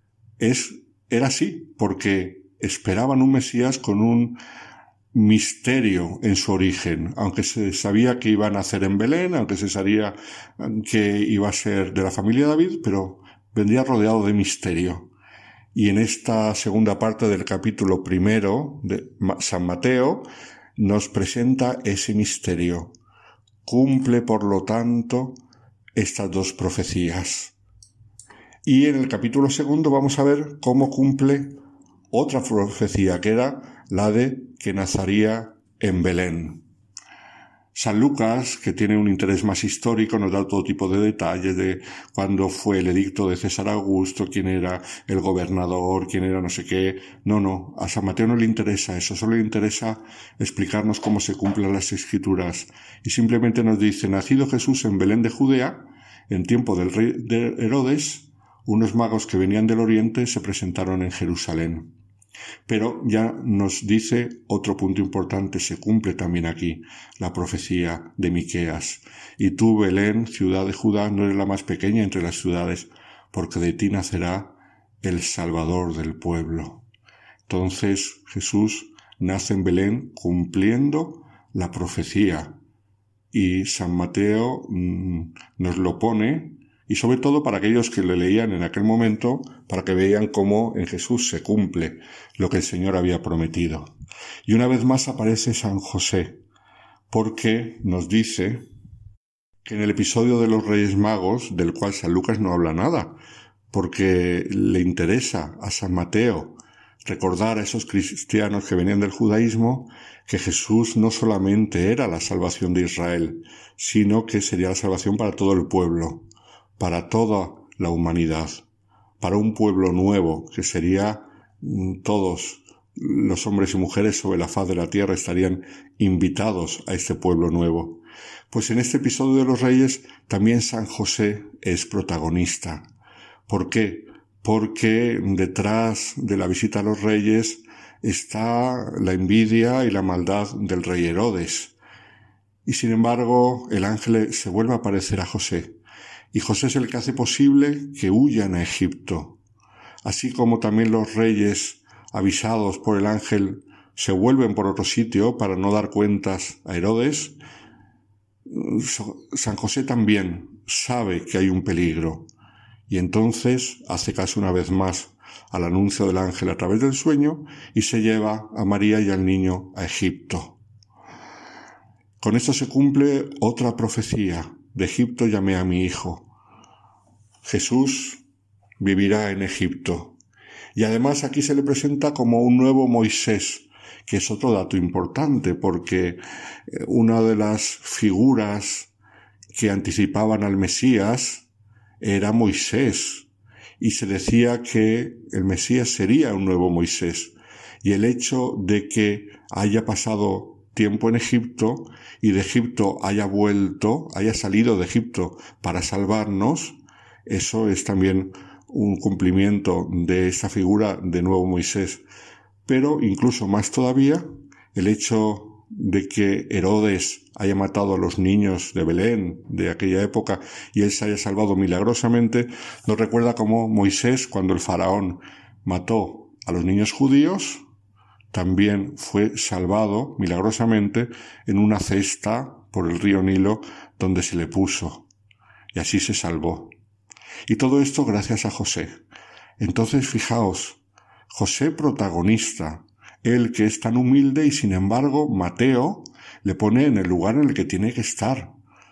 era así, porque esperaban un Mesías con un misterio en su origen, aunque se sabía que iba a nacer en Belén, aunque se sabía que iba a ser de la familia de David, pero vendría rodeado de misterio. Y en esta segunda parte del capítulo 1 de San Mateo nos presenta ese misterio. Cumple, por lo tanto, estas 2 profecías. Y en el capítulo 2 vamos a ver cómo cumple otra profecía, que era la de que nacería en Belén. San Lucas, que tiene un interés más histórico, nos da todo tipo de detalles de cuándo fue el edicto de César Augusto, quién era el gobernador, quién era no sé qué. No, a San Mateo no le interesa eso, solo le interesa explicarnos cómo se cumplen las Escrituras. Y simplemente nos dice, nacido Jesús en Belén de Judea, en tiempo del rey de Herodes, unos magos que venían del oriente se presentaron en Jerusalén. Pero ya nos dice otro punto importante, se cumple también aquí la profecía de Miqueas. Y tú, Belén, ciudad de Judá, no eres la más pequeña entre las ciudades, porque de ti nacerá el Salvador del pueblo. Entonces Jesús nace en Belén cumpliendo la profecía. Y San Mateo nos lo pone, y sobre todo para aquellos que le leían en aquel momento, para que vean cómo en Jesús se cumple lo que el Señor había prometido. Y una vez más aparece San José, porque nos dice que en el episodio de los Reyes Magos, del cual San Lucas no habla nada, porque le interesa a San Mateo recordar a esos cristianos que venían del judaísmo que Jesús no solamente era la salvación de Israel, sino que sería la salvación para todo el pueblo, para toda la humanidad, para un pueblo nuevo, que sería todos los hombres y mujeres sobre la faz de la tierra estarían invitados a este pueblo nuevo. Pues en este episodio de los Reyes también San José es protagonista. ¿Por qué? Porque detrás de la visita a los Reyes está la envidia y la maldad del rey Herodes. Y sin embargo, el ángel se vuelve a aparecer a José. Y José es el que hace posible que huyan a Egipto. Así como también los reyes, avisados por el ángel, se vuelven por otro sitio para no dar cuentas a Herodes, San José también sabe que hay un peligro. Y entonces hace caso una vez más al anuncio del ángel a través del sueño y se lleva a María y al niño a Egipto. Con esto se cumple otra profecía: de Egipto llamé a mi hijo. Jesús vivirá en Egipto. Y además aquí se le presenta como un nuevo Moisés, que es otro dato importante, porque una de las figuras que anticipaban al Mesías era Moisés, y se decía que el Mesías sería un nuevo Moisés. Y el hecho de que haya pasado tiempo en Egipto y de Egipto haya salido de Egipto para salvarnos, eso es también un cumplimiento de esa figura de nuevo Moisés. Pero incluso más todavía, el hecho de que Herodes haya matado a los niños de Belén de aquella época y él se haya salvado milagrosamente, nos recuerda cómo Moisés, cuando el faraón mató a los niños judíos, también fue salvado milagrosamente en una cesta por el río Nilo donde se le puso, y así se salvó. Y todo esto gracias a José. Entonces, fijaos, José protagonista, él que es tan humilde, y sin embargo Mateo le pone en el lugar en el que tiene que estar.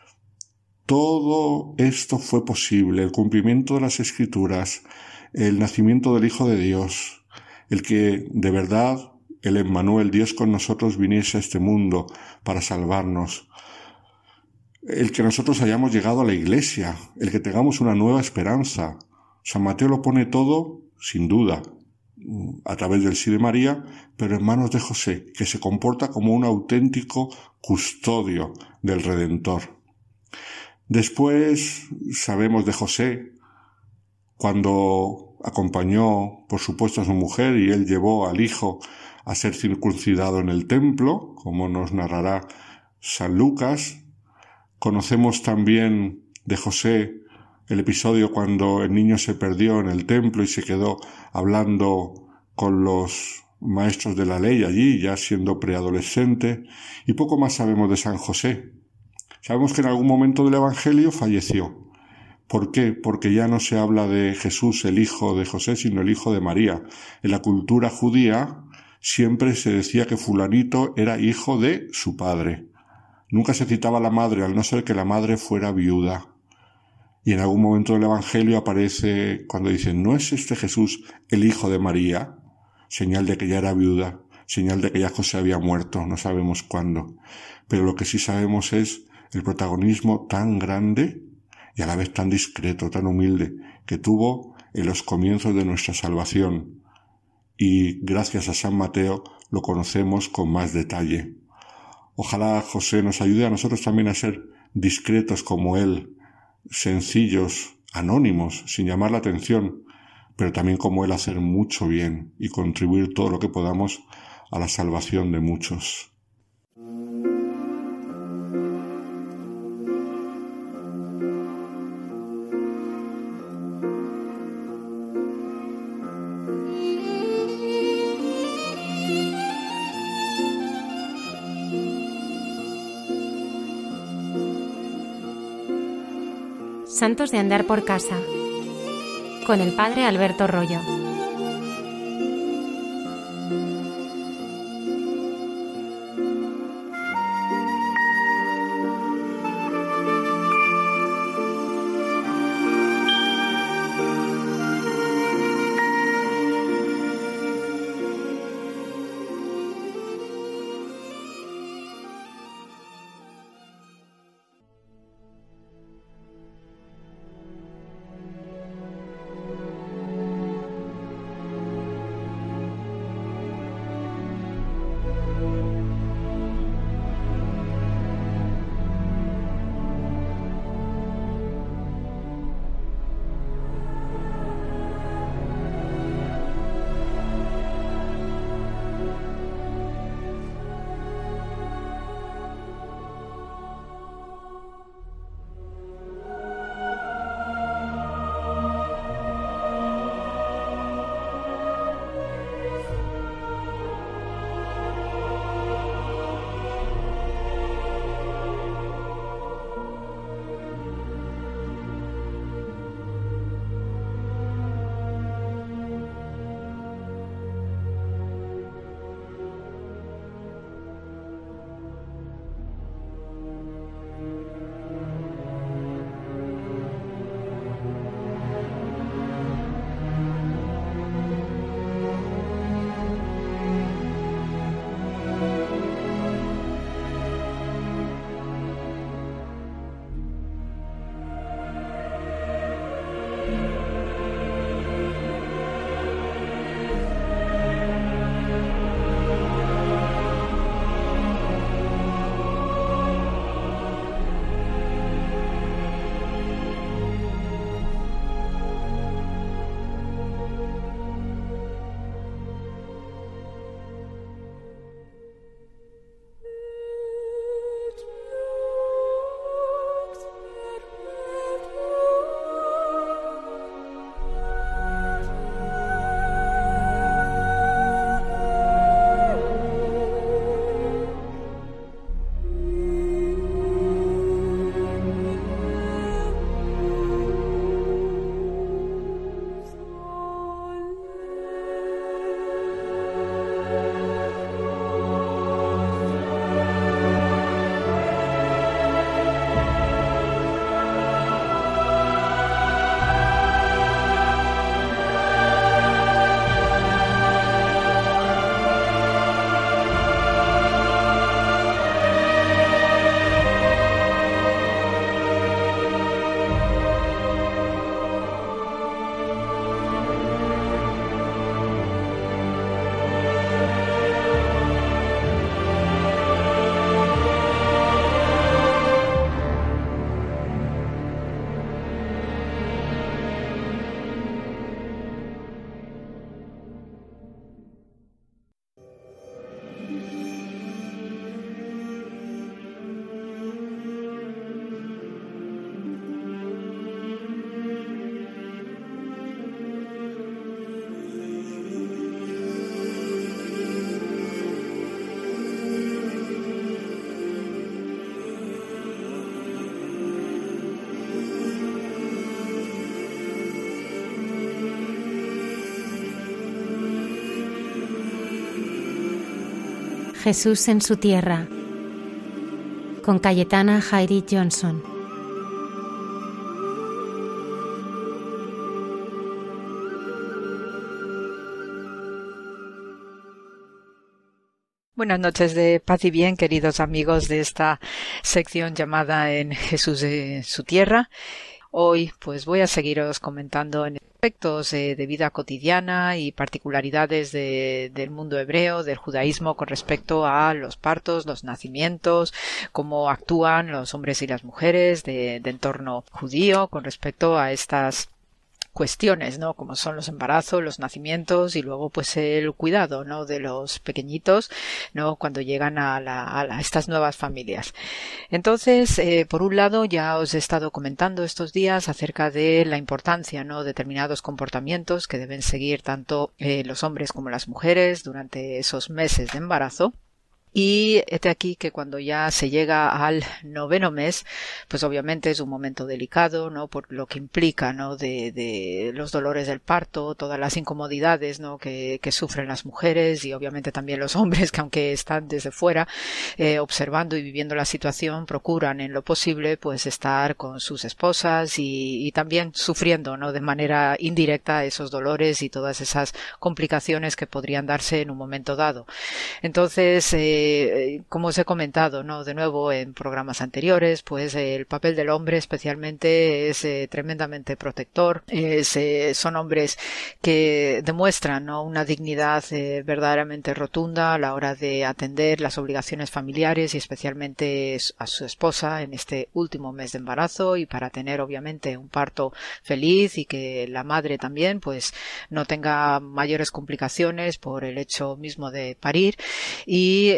Todo esto fue posible, el cumplimiento de las Escrituras, el nacimiento del Hijo de Dios, el que de verdad el Emmanuel, Dios con nosotros, viniese a este mundo para salvarnos, el que nosotros hayamos llegado a la Iglesia, el que tengamos una nueva esperanza. San Mateo lo pone todo, sin duda, a través del sí de María, pero en manos de José, que se comporta como un auténtico custodio del Redentor. Después sabemos de José, cuando acompañó, por supuesto, a su mujer y él llevó al hijo a ser circuncidado en el templo, como nos narrará San Lucas. Conocemos también de José el episodio cuando el niño se perdió en el templo y se quedó hablando con los maestros de la ley allí, ya siendo preadolescente, y poco más sabemos de San José. Sabemos que en algún momento del Evangelio falleció. ¿Por qué? Porque ya no se habla de Jesús, el hijo de José, sino el hijo de María. En la cultura judía siempre se decía que fulanito era hijo de su padre. Nunca se citaba a la madre, al no ser que la madre fuera viuda. Y en algún momento del Evangelio aparece cuando dicen, ¿no es este Jesús el hijo de María? Señal de que ya era viuda, señal de que ya José había muerto, no sabemos cuándo. Pero lo que sí sabemos es el protagonismo tan grande y a la vez tan discreto, tan humilde, que tuvo en los comienzos de nuestra salvación. Y gracias a San Mateo lo conocemos con más detalle. Ojalá José nos ayude a nosotros también a ser discretos como él, sencillos, anónimos, sin llamar la atención, pero también como él hacer mucho bien y contribuir todo lo que podamos a la salvación de muchos. Santos de andar por casa, con el Padre Alberto Royo. Jesús en su tierra, con Cayetana Jairi Johnson. Buenas noches de paz y bien, queridos amigos de esta sección llamada En Jesús en su tierra. Hoy pues voy a seguiros comentando en aspectos de vida cotidiana y particularidades del mundo hebreo, del judaísmo con respecto a los partos, los nacimientos, cómo actúan los hombres y las mujeres de entorno judío con respecto a estas cuestiones, ¿no? Como son los embarazos, los nacimientos y luego pues el cuidado, ¿no? De los pequeñitos, ¿no? Cuando llegan a estas nuevas familias. Entonces, por un lado, ya os he estado comentando estos días acerca de la importancia, ¿no? De determinados comportamientos que deben seguir tanto los hombres como las mujeres durante esos meses de embarazo. Y hete aquí que cuando ya se llega al 9º mes, pues obviamente es un momento delicado, ¿no? Por lo que implica, ¿no? De los dolores del parto, todas las incomodidades, ¿no? Que sufren las mujeres y obviamente también los hombres que aunque están desde fuera observando y viviendo la situación, procuran en lo posible pues estar con sus esposas y también sufriendo, ¿no? De manera indirecta esos dolores y todas esas complicaciones que podrían darse en un momento dado. Entonces, como os he comentado, ¿no? De nuevo en programas anteriores, pues el papel del hombre especialmente es tremendamente protector. Son hombres que demuestran, ¿no? Una dignidad verdaderamente rotunda a la hora de atender las obligaciones familiares y especialmente a su esposa en este último mes de embarazo y para tener obviamente un parto feliz y que la madre también pues no tenga mayores complicaciones por el hecho mismo de parir y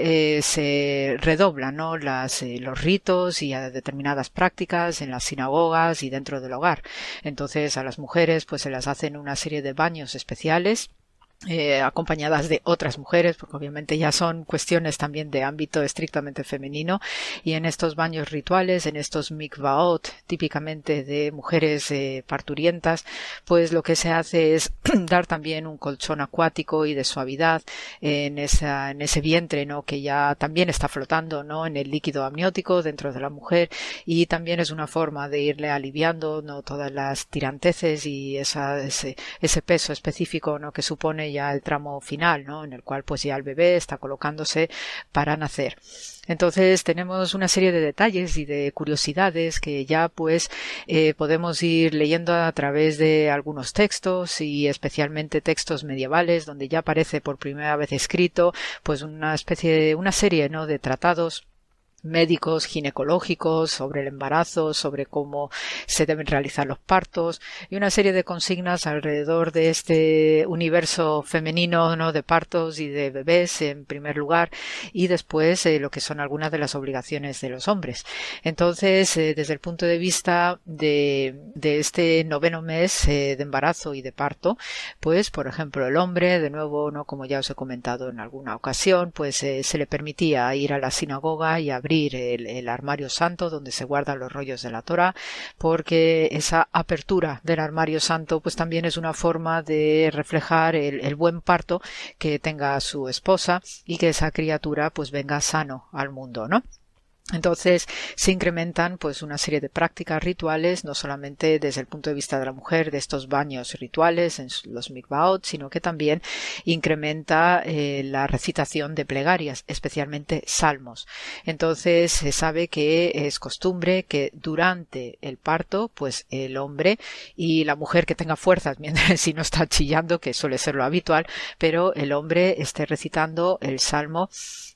se redoblan, ¿no? Los ritos y a determinadas prácticas en las sinagogas y dentro del hogar. Entonces a las mujeres pues se las hacen una serie de baños especiales acompañadas de otras mujeres, porque obviamente ya son cuestiones también de ámbito estrictamente femenino, y en estos baños rituales, en estos mikvaot, típicamente de mujeres parturientas, pues lo que se hace es dar también un colchón acuático y de suavidad en ese vientre, ¿no? Que ya también está flotando, ¿no? En el líquido amniótico dentro de la mujer, y también es una forma de irle aliviando, ¿no? Todas las tiranteces y ese peso específico, ¿no? Que supone ya el tramo final, ¿no? En el cual pues ya el bebé está colocándose para nacer. Entonces tenemos una serie de detalles y de curiosidades que ya pues podemos ir leyendo a través de algunos textos y especialmente textos medievales donde ya aparece por primera vez escrito pues una serie, ¿no? De tratados médicos, ginecológicos, sobre el embarazo, sobre cómo se deben realizar los partos y una serie de consignas alrededor de este universo femenino, ¿no? De partos y de bebés en primer lugar y después lo que son algunas de las obligaciones de los hombres. Entonces, desde el punto de vista de este 9º mes de embarazo y de parto, pues por ejemplo el hombre, de nuevo, ¿no? Como ya os he comentado en alguna ocasión, pues se le permitía ir a la sinagoga y abrir abrir el armario santo donde se guardan los rollos de la Torá, porque esa apertura del armario santo pues también es una forma de reflejar el buen parto que tenga su esposa y que esa criatura pues venga sano al mundo, ¿no? Entonces se incrementan pues una serie de prácticas rituales, no solamente desde el punto de vista de la mujer, de estos baños rituales en los mikvaot, sino que también incrementa la recitación de plegarias, especialmente salmos. Entonces se sabe que es costumbre que durante el parto, pues el hombre y la mujer que tenga fuerzas, mientras si no está chillando, que suele ser lo habitual, pero el hombre esté recitando el salmo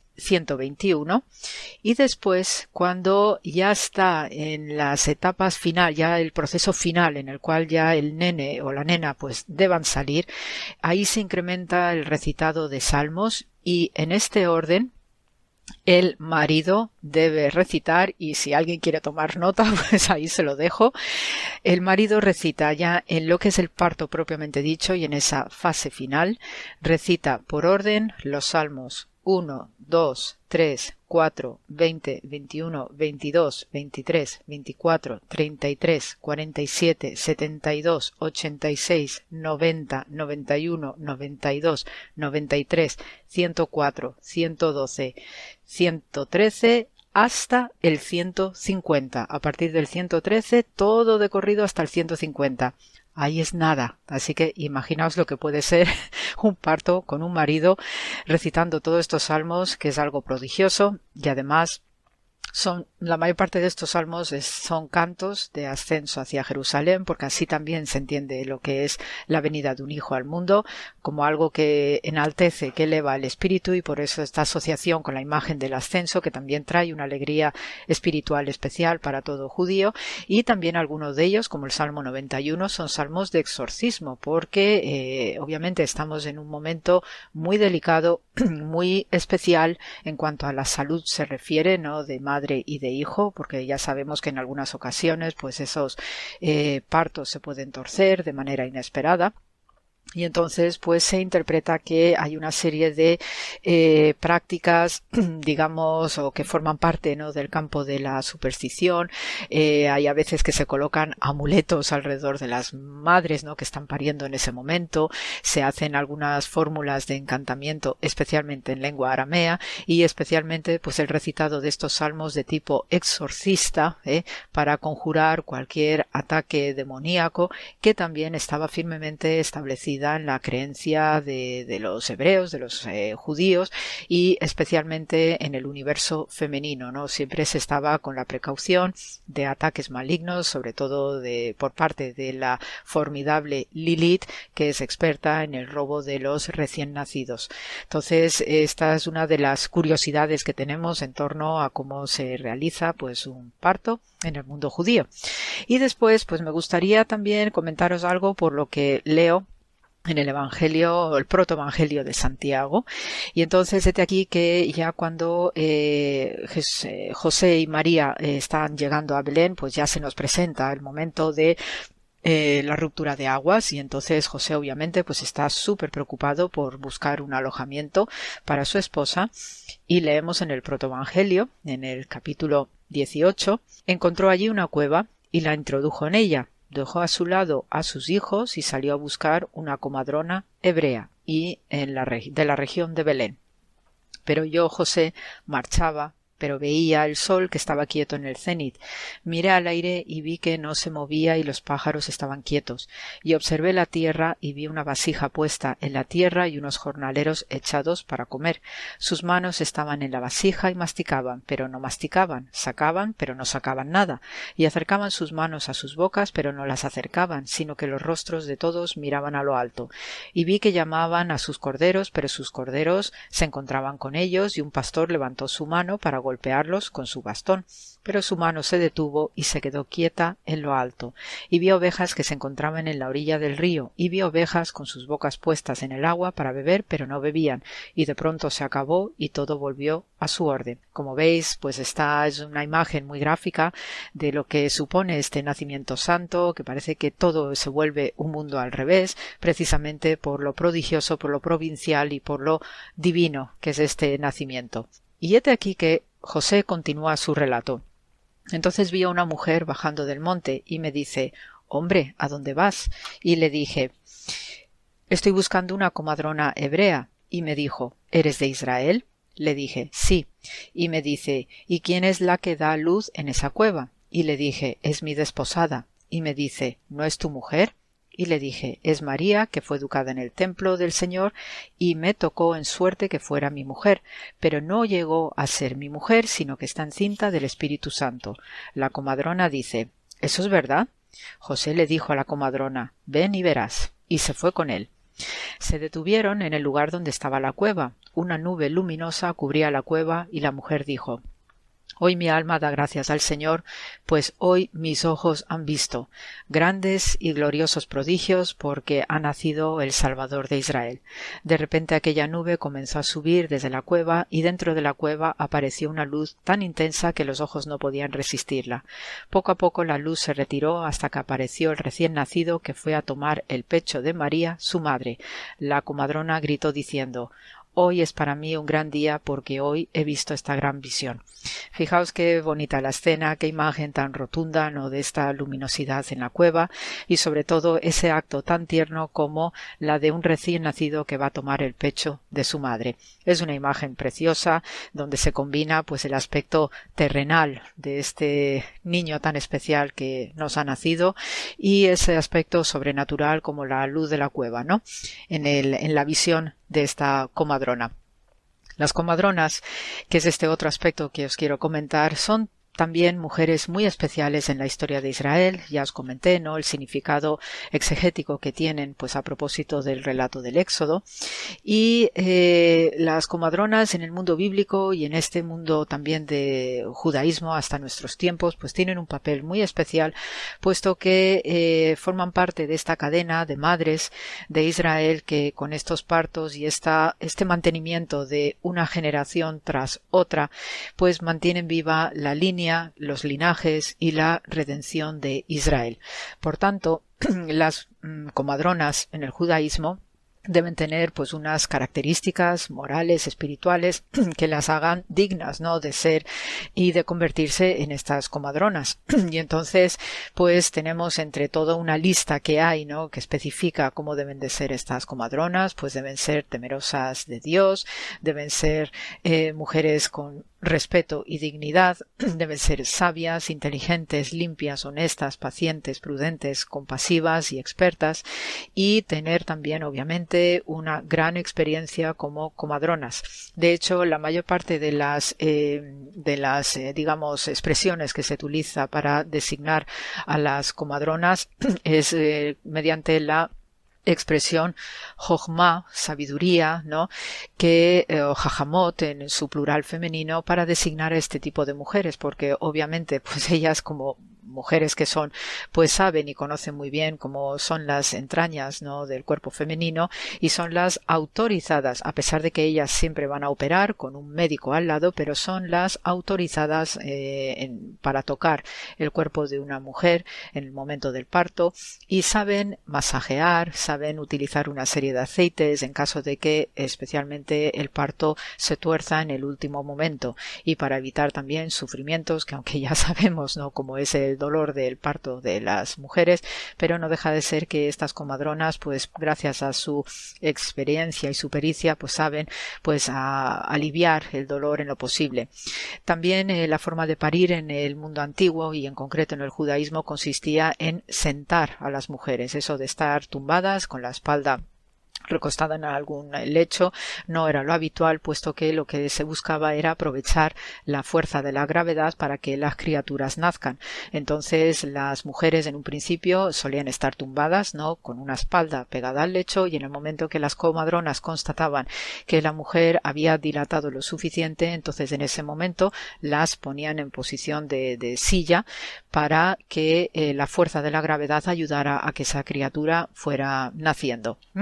121 y después cuando ya está en las etapas final, ya el proceso final en el cual ya el nene o la nena pues deban salir, ahí se incrementa el recitado de salmos y en este orden el marido debe recitar, y si alguien quiere tomar nota pues ahí se lo dejo. El marido recita ya en lo que es el parto propiamente dicho y en esa fase final recita por orden los salmos 1, 2, 3, 4, 20, 21, 22, 23, 24, 33, 47, 72, 86, 90, 91, 92, 93, 104, 112, 113 hasta el 150. A partir del 113 todo de corrido hasta el 150. Ahí es nada, así que imaginaos lo que puede ser un parto con un marido recitando todos estos salmos, que es algo prodigioso, y además la mayor parte de estos salmos son cantos de ascenso hacia Jerusalén, porque así también se entiende lo que es la venida de un hijo al mundo, como algo que enaltece, que eleva el espíritu, y por eso esta asociación con la imagen del ascenso, que también trae una alegría espiritual especial para todo judío. Y también algunos de ellos, como el Salmo 91, son salmos de exorcismo, porque obviamente estamos en un momento muy delicado, muy especial en cuanto a la salud se refiere, ¿no?, de madre y de hijo, porque ya sabemos que en algunas ocasiones pues esos partos se pueden torcer de manera inesperada. Y entonces pues se interpreta que hay una serie de prácticas, digamos, o que forman parte, ¿no?, del campo de la superstición. Hay a veces que se colocan amuletos alrededor de las madres, ¿no?, que están pariendo en ese momento. Se hacen algunas fórmulas de encantamiento, especialmente en lengua aramea, y especialmente pues el recitado de estos salmos de tipo exorcista, para conjurar cualquier ataque demoníaco, que también estaba firmemente establecida en la creencia de los hebreos, de los judíos, y especialmente en el universo femenino, ¿no? Siempre se estaba con la precaución de ataques malignos, sobre todo por parte de la formidable Lilith, que es experta en el robo de los recién nacidos. Entonces, esta es una de las curiosidades que tenemos en torno a cómo se realiza pues un parto en el mundo judío. Y después, pues me gustaría también comentaros algo por lo que leo en el Evangelio, el protoevangelio de Santiago. Y entonces desde aquí que ya cuando José y María están llegando a Belén, pues ya se nos presenta el momento de la ruptura de aguas, y entonces José obviamente pues está súper preocupado por buscar un alojamiento para su esposa, y leemos en el protoevangelio, en el capítulo 18, encontró allí una cueva y la introdujo en ella. Dejó a su lado a sus hijos y salió a buscar una comadrona hebrea y de la región de Belén. Pero yo, José, marchaba, pero veía el sol que estaba quieto en el cenit. Miré al aire y vi que no se movía y los pájaros estaban quietos. Y observé la tierra y vi una vasija puesta en la tierra y unos jornaleros echados para comer. Sus manos estaban en la vasija y masticaban, pero no masticaban, sacaban, pero no sacaban nada, y acercaban sus manos a sus bocas, pero no las acercaban, sino que los rostros de todos miraban a lo alto. Y vi que llamaban a sus corderos, pero sus corderos se encontraban con ellos, y un pastor levantó su mano para golpearlos con su bastón, pero su mano se detuvo y se quedó quieta en lo alto. Y vi ovejas que se encontraban en la orilla del río, y vi ovejas con sus bocas puestas en el agua para beber, pero no bebían, y de pronto se acabó y todo volvió a su orden. Como veis, pues esta es una imagen muy gráfica de lo que supone este nacimiento santo, que parece que todo se vuelve un mundo al revés, precisamente por lo prodigioso, por lo provincial y por lo divino que es este nacimiento. Y hete aquí que José continúa su relato. Entonces vi a una mujer bajando del monte y me dice: «Hombre, ¿a dónde vas?». Y le dije: «Estoy buscando una comadrona hebrea». Y me dijo: «¿Eres de Israel?». Le dije: «Sí». Y me dice: «¿Y quién es la que da luz en esa cueva?». Y le dije: «Es mi desposada». Y me dice: «¿No es tu mujer?». Y le dije: «Es María, que fue educada en el templo del Señor, y me tocó en suerte que fuera mi mujer, pero no llegó a ser mi mujer, sino que está encinta del Espíritu Santo». La comadrona dice: «¿Eso es verdad?». José le dijo a la comadrona: «Ven y verás». Y se fue con él. Se detuvieron en el lugar donde estaba la cueva. Una nube luminosa cubría la cueva, y la mujer dijo: «Hoy mi alma da gracias al Señor, pues hoy mis ojos han visto grandes y gloriosos prodigios, porque ha nacido el Salvador de Israel». De repente aquella nube comenzó a subir desde la cueva, y dentro de la cueva apareció una luz tan intensa que los ojos no podían resistirla. Poco a poco la luz se retiró hasta que apareció el recién nacido, que fue a tomar el pecho de María, su madre. La comadrona gritó diciendo: «Hoy es para mí un gran día, porque hoy he visto esta gran visión». Fijaos qué bonita la escena, qué imagen tan rotunda, ¿no?, de esta luminosidad en la cueva, y sobre todo ese acto tan tierno como la de un recién nacido que va a tomar el pecho de su madre. Es una imagen preciosa donde se combina pues el aspecto terrenal de este niño tan especial que nos ha nacido y ese aspecto sobrenatural como la luz de la cueva, ¿no?, en la visión de esta comadrona. Las comadronas, que es este otro aspecto que os quiero comentar, son también mujeres muy especiales en la historia de Israel. Ya os comenté, ¿no?, el significado exegético que tienen pues a propósito del relato del Éxodo. Y las comadronas en el mundo bíblico y en este mundo también de judaísmo hasta nuestros tiempos pues tienen un papel muy especial, puesto que forman parte de esta cadena de madres de Israel que con estos partos y este mantenimiento de una generación tras otra pues mantienen viva la línea, los linajes y la redención de Israel. Por tanto, las comadronas en el judaísmo deben tener pues unas características morales, espirituales que las hagan dignas, ¿no?, de ser y de convertirse en estas comadronas. Y entonces pues tenemos entre toda una lista que hay, ¿no?, que especifica cómo deben de ser estas comadronas. Pues deben ser temerosas de Dios, deben ser mujeres con respeto y dignidad, deben ser sabias, inteligentes, limpias, honestas, pacientes, prudentes, compasivas y expertas, y tener también obviamente una gran experiencia como comadronas. De hecho, la mayor parte de las digamos expresiones que se utiliza para designar a las comadronas es mediante la expresión jochma, sabiduría, ¿no?, que o jajamot en su plural femenino, para designar a este tipo de mujeres, porque obviamente pues ellas como mujeres que son, pues saben y conocen muy bien cómo son las entrañas, ¿no?, del cuerpo femenino, y son las autorizadas, a pesar de que ellas siempre van a operar con un médico al lado, pero son las autorizadas para tocar el cuerpo de una mujer en el momento del parto, y saben masajear, saben utilizar una serie de aceites en caso de que especialmente el parto se tuerza en el último momento, y para evitar también sufrimientos que, aunque ya sabemos, ¿no?, cómo es el dolor del parto de las mujeres, pero no deja de ser que estas comadronas pues gracias a su experiencia y su pericia pues saben pues a aliviar el dolor en lo posible. También la forma de parir en el mundo antiguo y en concreto en el judaísmo consistía en sentar a las mujeres. Eso de estar tumbadas con la espalda recostada en algún lecho no era lo habitual, puesto que lo que se buscaba era aprovechar la fuerza de la gravedad para que las criaturas nazcan. Entonces las mujeres en un principio solían estar tumbadas, ¿no?, con una espalda pegada al lecho, y en el momento que las comadronas constataban que la mujer había dilatado lo suficiente, entonces en ese momento las ponían en posición de silla para que la fuerza de la gravedad ayudara a que esa criatura fuera naciendo.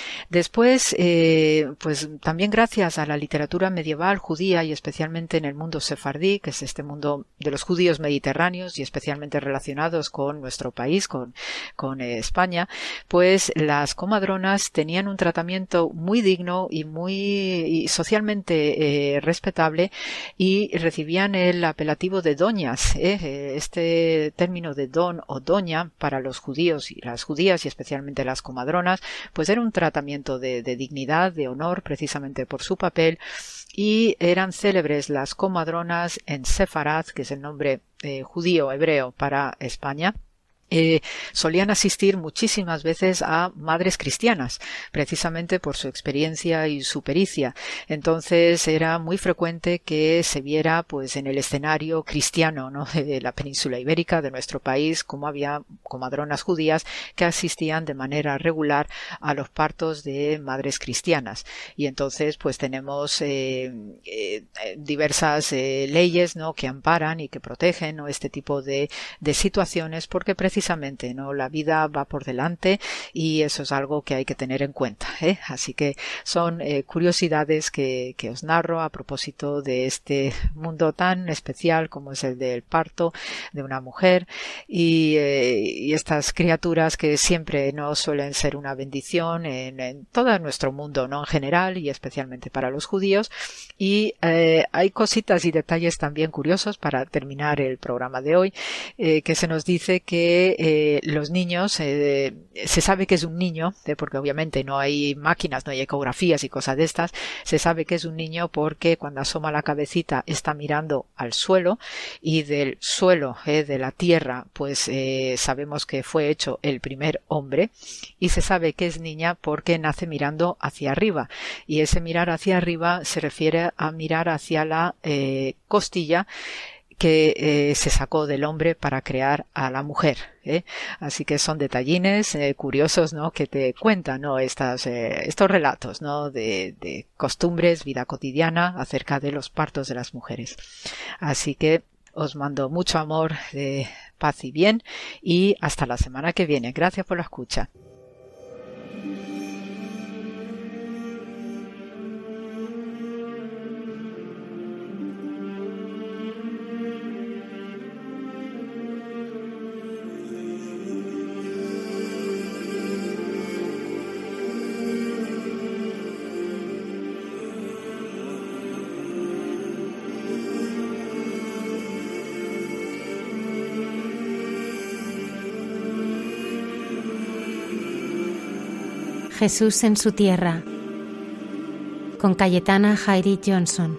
Después, pues también gracias a la literatura medieval judía y especialmente en el mundo sefardí, que es este mundo de los judíos mediterráneos y especialmente relacionados con nuestro país, con España, pues las comadronas tenían un tratamiento muy digno y muy socialmente respetable, y recibían el apelativo de doñas. Este término de don o doña para los judíos y las judías y especialmente las comadronas, pues era un tratamiento de dignidad, de honor, precisamente por su papel, y eran célebres las comadronas en Sefarad, que es el nombre judío hebreo para España. Solían asistir muchísimas veces a madres cristianas, precisamente por su experiencia y su pericia. Entonces era muy frecuente que se viera pues en el escenario cristiano, ¿no?, de la península ibérica, de nuestro país, como había comadronas judías que asistían de manera regular a los partos de madres cristianas. Y entonces pues tenemos diversas leyes, ¿no?, que amparan y que protegen, ¿no?, este tipo de situaciones, porque precisamente, ¿no?, la vida va por delante y eso es algo que hay que tener en cuenta, ¿eh? Así que son curiosidades que os narro a propósito de este mundo tan especial como es el del parto de una mujer y estas criaturas que siempre no suelen ser una bendición en todo nuestro mundo, ¿no?, en general y especialmente para los judíos. Y hay cositas y detalles también curiosos para terminar el programa de hoy, que se nos dice que los niños, se sabe que es un niño, porque obviamente no hay máquinas, no hay ecografías y cosas de estas, se sabe que es un niño porque cuando asoma la cabecita está mirando al suelo, y del suelo, de la tierra, pues sabemos que fue hecho el primer hombre, y se sabe que es niña porque nace mirando hacia arriba, y ese mirar hacia arriba se refiere a mirar hacia la costilla que se sacó del hombre para crear a la mujer, ¿eh? Así que son detallines curiosos, ¿no?, que te cuentan, ¿no?, estos relatos, ¿no?, de costumbres, vida cotidiana acerca de los partos de las mujeres. Así que os mando mucho amor, paz y bien, y hasta la semana que viene. Gracias por la escucha. Jesús en su tierra, con Cayetana Jairi Johnson.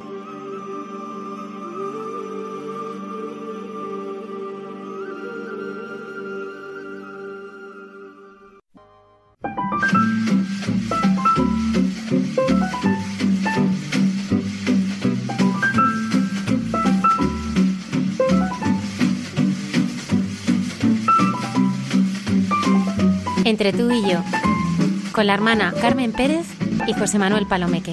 Entre tú y yo, con la hermana Carmen Pérez y José Manuel Palomeque.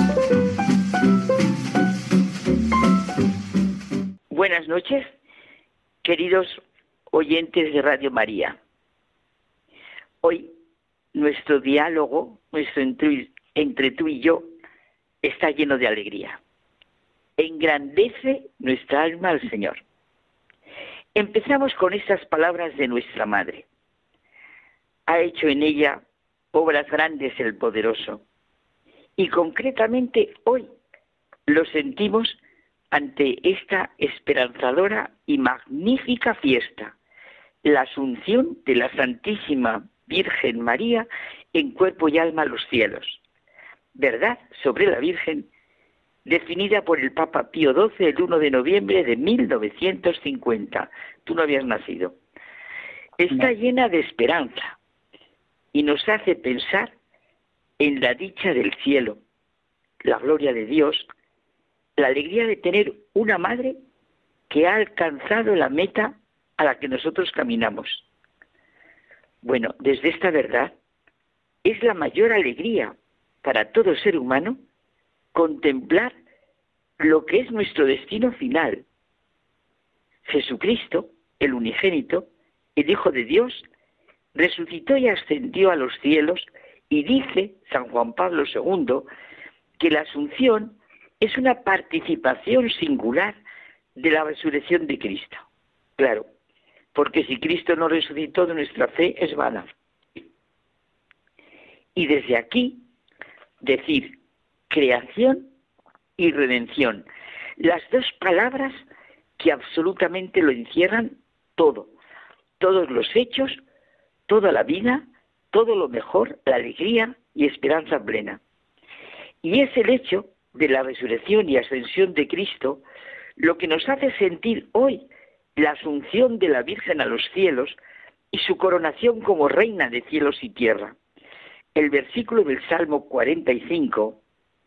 Buenas noches, queridos oyentes de Radio María. Hoy nuestro diálogo, entre tú y yo, está lleno de alegría. Engrandece nuestra alma al Señor. Empezamos con estas palabras de nuestra Madre. Ha hecho en ella obras grandes el Poderoso. Y concretamente hoy lo sentimos ante esta esperanzadora y magnífica fiesta, la Asunción de la Santísima Virgen María en cuerpo y alma a los cielos. Verdad sobre la Virgen, definida por el Papa Pío XII el 1 de noviembre de 1950. Tú no habías nacido. Está llena de esperanza y nos hace pensar en la dicha del cielo, la gloria de Dios, la alegría de tener una madre que ha alcanzado la meta a la que nosotros caminamos. Bueno, desde esta verdad es la mayor alegría para todo ser humano contemplar lo que es nuestro destino final. Jesucristo, el unigénito, el Hijo de Dios, resucitó y ascendió a los cielos Y dice San Juan Pablo II que la Asunción es una participación singular de la resurrección de Cristo. Claro, porque si Cristo no resucitó, nuestra fe es vana. Y desde aquí, decir creación y redención, las dos palabras que absolutamente lo encierran todo, todos los hechos, toda la vida, todo lo mejor, la alegría y esperanza plena. Y es el hecho de la resurrección y ascensión de Cristo lo que nos hace sentir hoy la asunción de la Virgen a los cielos y su coronación como reina de cielos y tierra. El versículo del Salmo 45,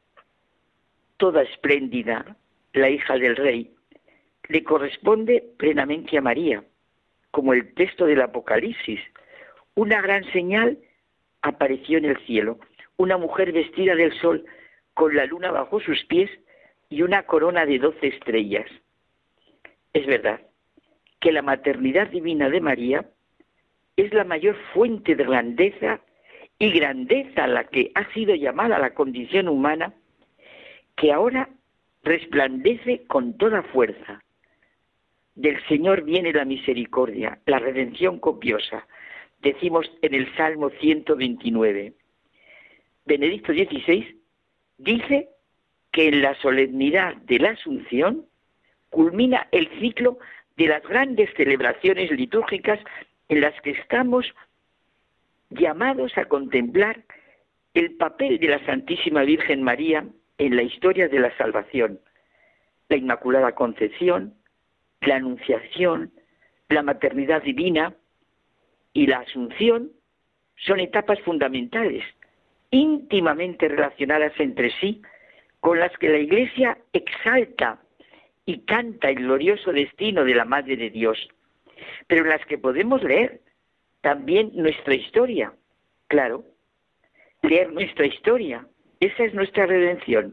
toda espléndida, la hija del rey, le corresponde plenamente a María, como el texto del Apocalipsis. Una gran señal apareció en el cielo, una mujer vestida del sol, con la luna bajo sus pies y una corona de 12 estrellas. Es verdad que la maternidad divina de María es la mayor fuente de grandeza y grandeza a la que ha sido llamada la condición humana, que ahora resplandece con toda fuerza. Del Señor viene la misericordia, la redención copiosa, decimos en el Salmo 129. Benedicto XVI dice que en la solemnidad de la Asunción culmina el ciclo de las grandes celebraciones litúrgicas en las que estamos llamados a contemplar el papel de la Santísima Virgen María en la historia de la salvación, la Inmaculada Concepción, la Anunciación, la maternidad divina y la Asunción son etapas fundamentales, íntimamente relacionadas entre sí, con las que la Iglesia exalta y canta el glorioso destino de la Madre de Dios, pero en las que podemos leer también nuestra historia. Claro, leer nuestra historia, esa es nuestra redención.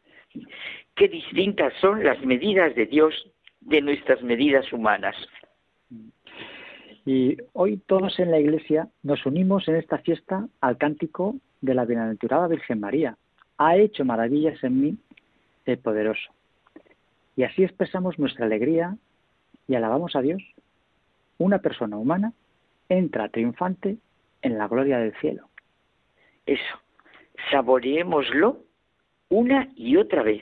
Qué distintas son las medidas de Dios de nuestras medidas humanas. Y hoy todos en la Iglesia nos unimos en esta fiesta al cántico de la bienaventurada Virgen María. Ha hecho maravillas en mí el poderoso. Y así expresamos nuestra alegría y alabamos a Dios. Una persona humana entra triunfante en la gloria del cielo. Eso, saboreémoslo una y otra vez.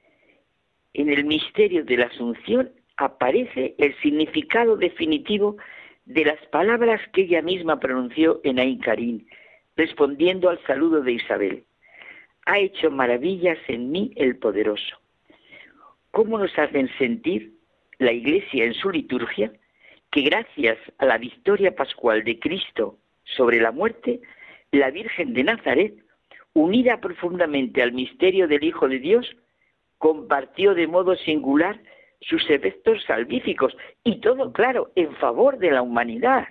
En el misterio de la Asunción aparece el significado definitivo de las palabras que ella misma pronunció en Ain Karim, respondiendo al saludo de Isabel. Ha hecho maravillas en mí el poderoso. ¿Cómo nos hacen sentir la Iglesia en su liturgia que gracias a la victoria pascual de Cristo sobre la muerte, la Virgen de Nazaret, unida profundamente al misterio del Hijo de Dios, compartió de modo singular sus efectos salvíficos, y todo, claro, en favor de la humanidad?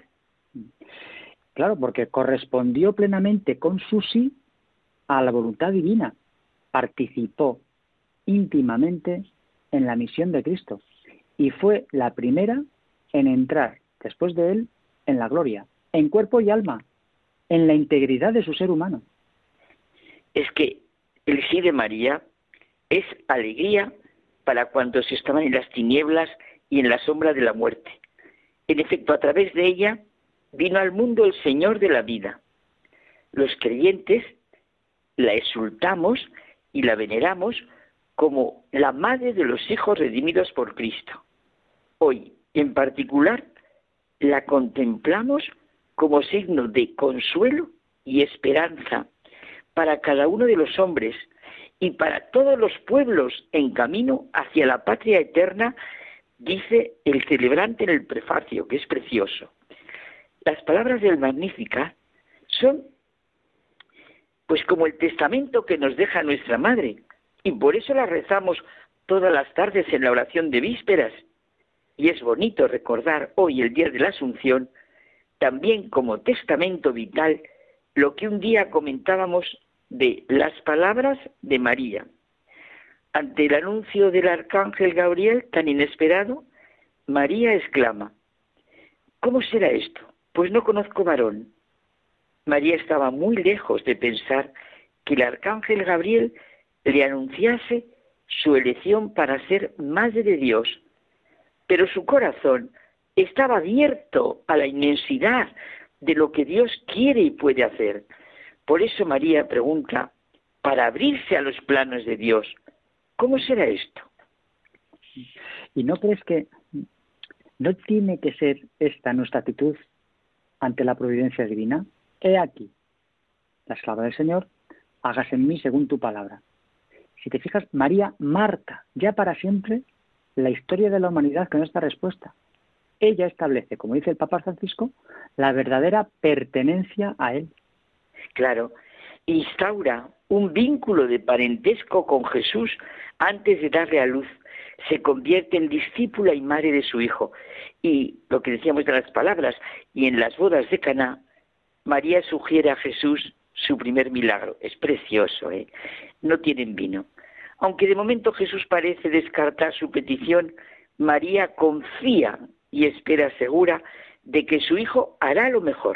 Claro, porque correspondió plenamente con su sí a la voluntad divina, participó íntimamente en la misión de Cristo y fue la primera en entrar, después de él, en la gloria, en cuerpo y alma, en la integridad de su ser humano. Es que el sí de María es alegría para cuantos estaban en las tinieblas y en la sombra de la muerte. En efecto, a través de ella vino al mundo el Señor de la vida. Los creyentes la exultamos y la veneramos como la madre de los hijos redimidos por Cristo. Hoy, en particular, la contemplamos como signo de consuelo y esperanza para cada uno de los hombres y para todos los pueblos en camino hacia la patria eterna, dice el celebrante en el prefacio, que es precioso. Las palabras del Magníficat son pues como el testamento que nos deja nuestra madre, y por eso las rezamos todas las tardes en la oración de vísperas. Y es bonito recordar hoy, el día de la Asunción, también como testamento vital, lo que un día comentábamos de las palabras de María. Ante el anuncio del arcángel Gabriel tan inesperado, María exclama: ¿cómo será esto? Pues no conozco varón. María estaba muy lejos de pensar que el arcángel Gabriel le anunciase su elección para ser madre de Dios, pero su corazón estaba abierto a la inmensidad de lo que Dios quiere y puede hacer. Por eso María pregunta, para abrirse a los planos de Dios, ¿cómo será esto? ¿Y no crees que no tiene que ser esta nuestra actitud ante la providencia divina? He aquí, la esclava del Señor, hágase en mí según tu palabra. Si te fijas, María marca ya para siempre la historia de la humanidad con esta respuesta. Ella establece, como dice el Papa Francisco, la verdadera pertenencia a Él. Claro, instaura un vínculo de parentesco con Jesús antes de darle a luz. Se convierte en discípula y madre de su hijo. Y lo que decíamos de las palabras, y en las bodas de Caná, María sugiere a Jesús su primer milagro. Es precioso, ¿eh? No tienen vino. Aunque de momento Jesús parece descartar su petición, María confía y espera segura de que su hijo hará lo mejor.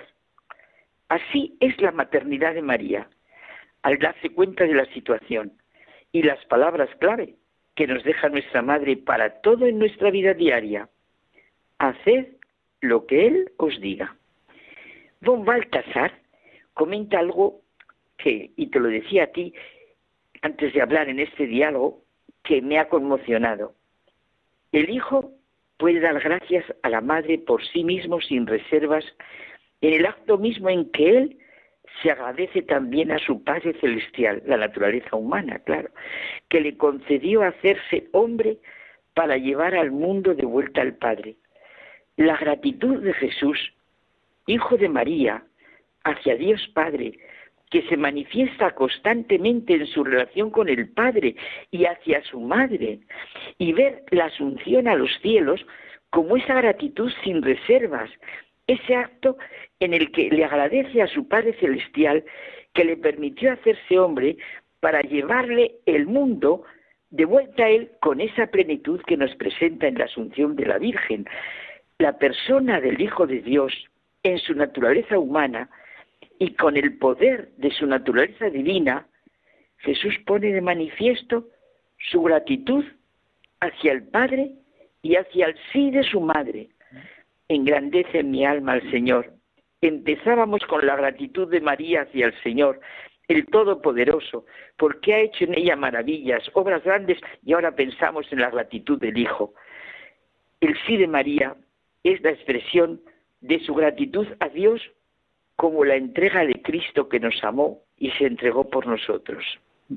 Así es la maternidad de María, al darse cuenta de la situación y las palabras clave que nos deja nuestra madre para todo en nuestra vida diaria. Haced lo que Él os diga. Don Baltasar comenta algo que, y te lo decía a ti antes de hablar en este diálogo, que me ha conmocionado. El hijo puede dar gracias a la madre por sí mismo sin reservas, en el acto mismo en que él se agradece también a su Padre Celestial, la naturaleza humana, claro, que le concedió hacerse hombre para llevar al mundo de vuelta al Padre. La gratitud de Jesús, hijo de María, hacia Dios Padre, que se manifiesta constantemente en su relación con el Padre y hacia su Madre, y ver la asunción a los cielos como esa gratitud sin reservas, ese acto en el que le agradece a su Padre Celestial que le permitió hacerse hombre para llevarle el mundo de vuelta a Él con esa plenitud que nos presenta en la Asunción de la Virgen. La persona del Hijo de Dios, en su naturaleza humana y con el poder de su naturaleza divina, Jesús pone de manifiesto su gratitud hacia el Padre y hacia el sí de su Madre. Engrandece en mi alma al Señor. Empezábamos con la gratitud de María hacia el Señor, el Todopoderoso, porque ha hecho en ella maravillas, obras grandes, y ahora pensamos en la gratitud del Hijo. El sí de María es la expresión de su gratitud a Dios como la entrega de Cristo que nos amó y se entregó por nosotros.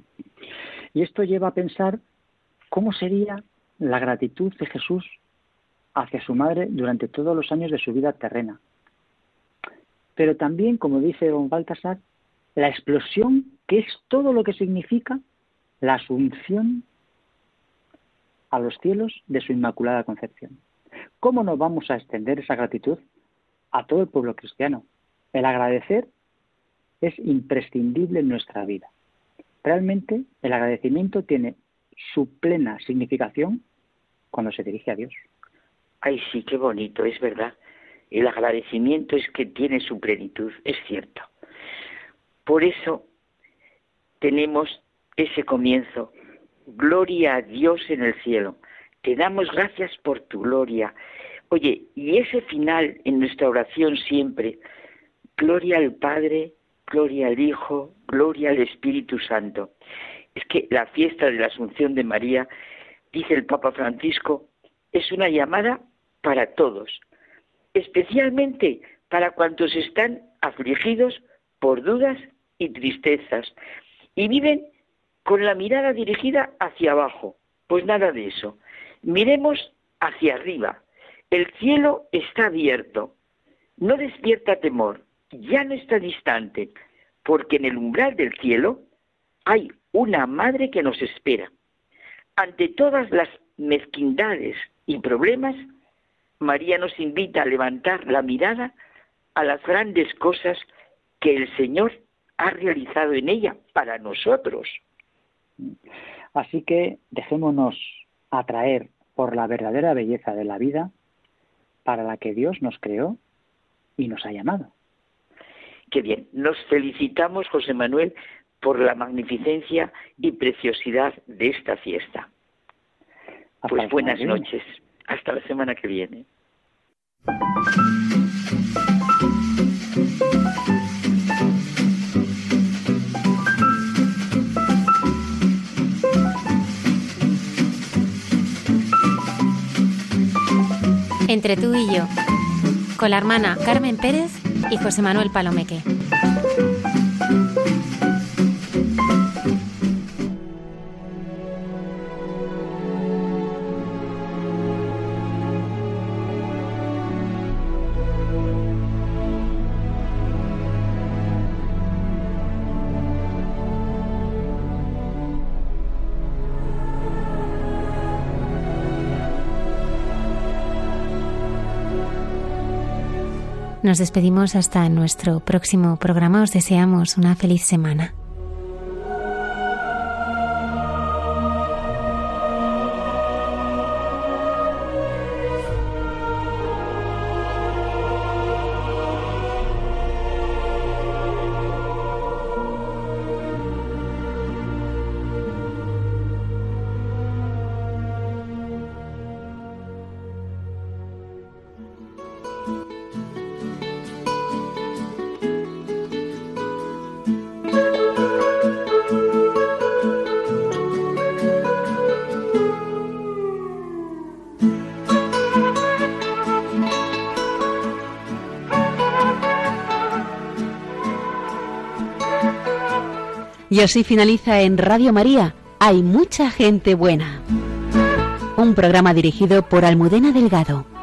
Y esto lleva a pensar cómo sería la gratitud de Jesús hacia su madre durante todos los años de su vida terrena. Pero también, como dice don Baltasar, la explosión que es todo lo que significa la asunción a los cielos de su Inmaculada Concepción. ¿Cómo no vamos a extender esa gratitud a todo el pueblo cristiano? El agradecer es imprescindible en nuestra vida. Realmente el agradecimiento tiene su plena significación cuando se dirige a Dios. Ay, sí, qué bonito, es verdad. El agradecimiento es que tiene su plenitud, es cierto. Por eso tenemos ese comienzo. Gloria a Dios en el cielo. Te damos gracias por tu gloria. Oye, y ese final en nuestra oración siempre, gloria al Padre, gloria al Hijo, gloria al Espíritu Santo. Es que la fiesta de la Asunción de María, dice el Papa Francisco, es una llamada para todos, especialmente para cuantos están afligidos por dudas y tristezas y viven con la mirada dirigida hacia abajo. Pues nada de eso. Miremos hacia arriba. El cielo está abierto. No despierta temor. Ya no está distante, porque en el umbral del cielo hay una madre que nos espera. Ante todas las mezquindades y problemas, María nos invita a levantar la mirada a las grandes cosas que el Señor ha realizado en ella para nosotros. Así que dejémonos atraer por la verdadera belleza de la vida para la que Dios nos creó y nos ha llamado. Qué bien. Nos felicitamos, José Manuel, por la magnificencia y preciosidad de esta fiesta. Pues buenas noches. Hasta la semana que viene. Entre tú y yo, con la hermana Carmen Pérez y José Manuel Palomeque. Nos despedimos hasta nuestro próximo programa. Os deseamos una feliz semana. Y así finaliza en Radio María, Hay mucha gente buena. Un programa dirigido por Almudena Delgado.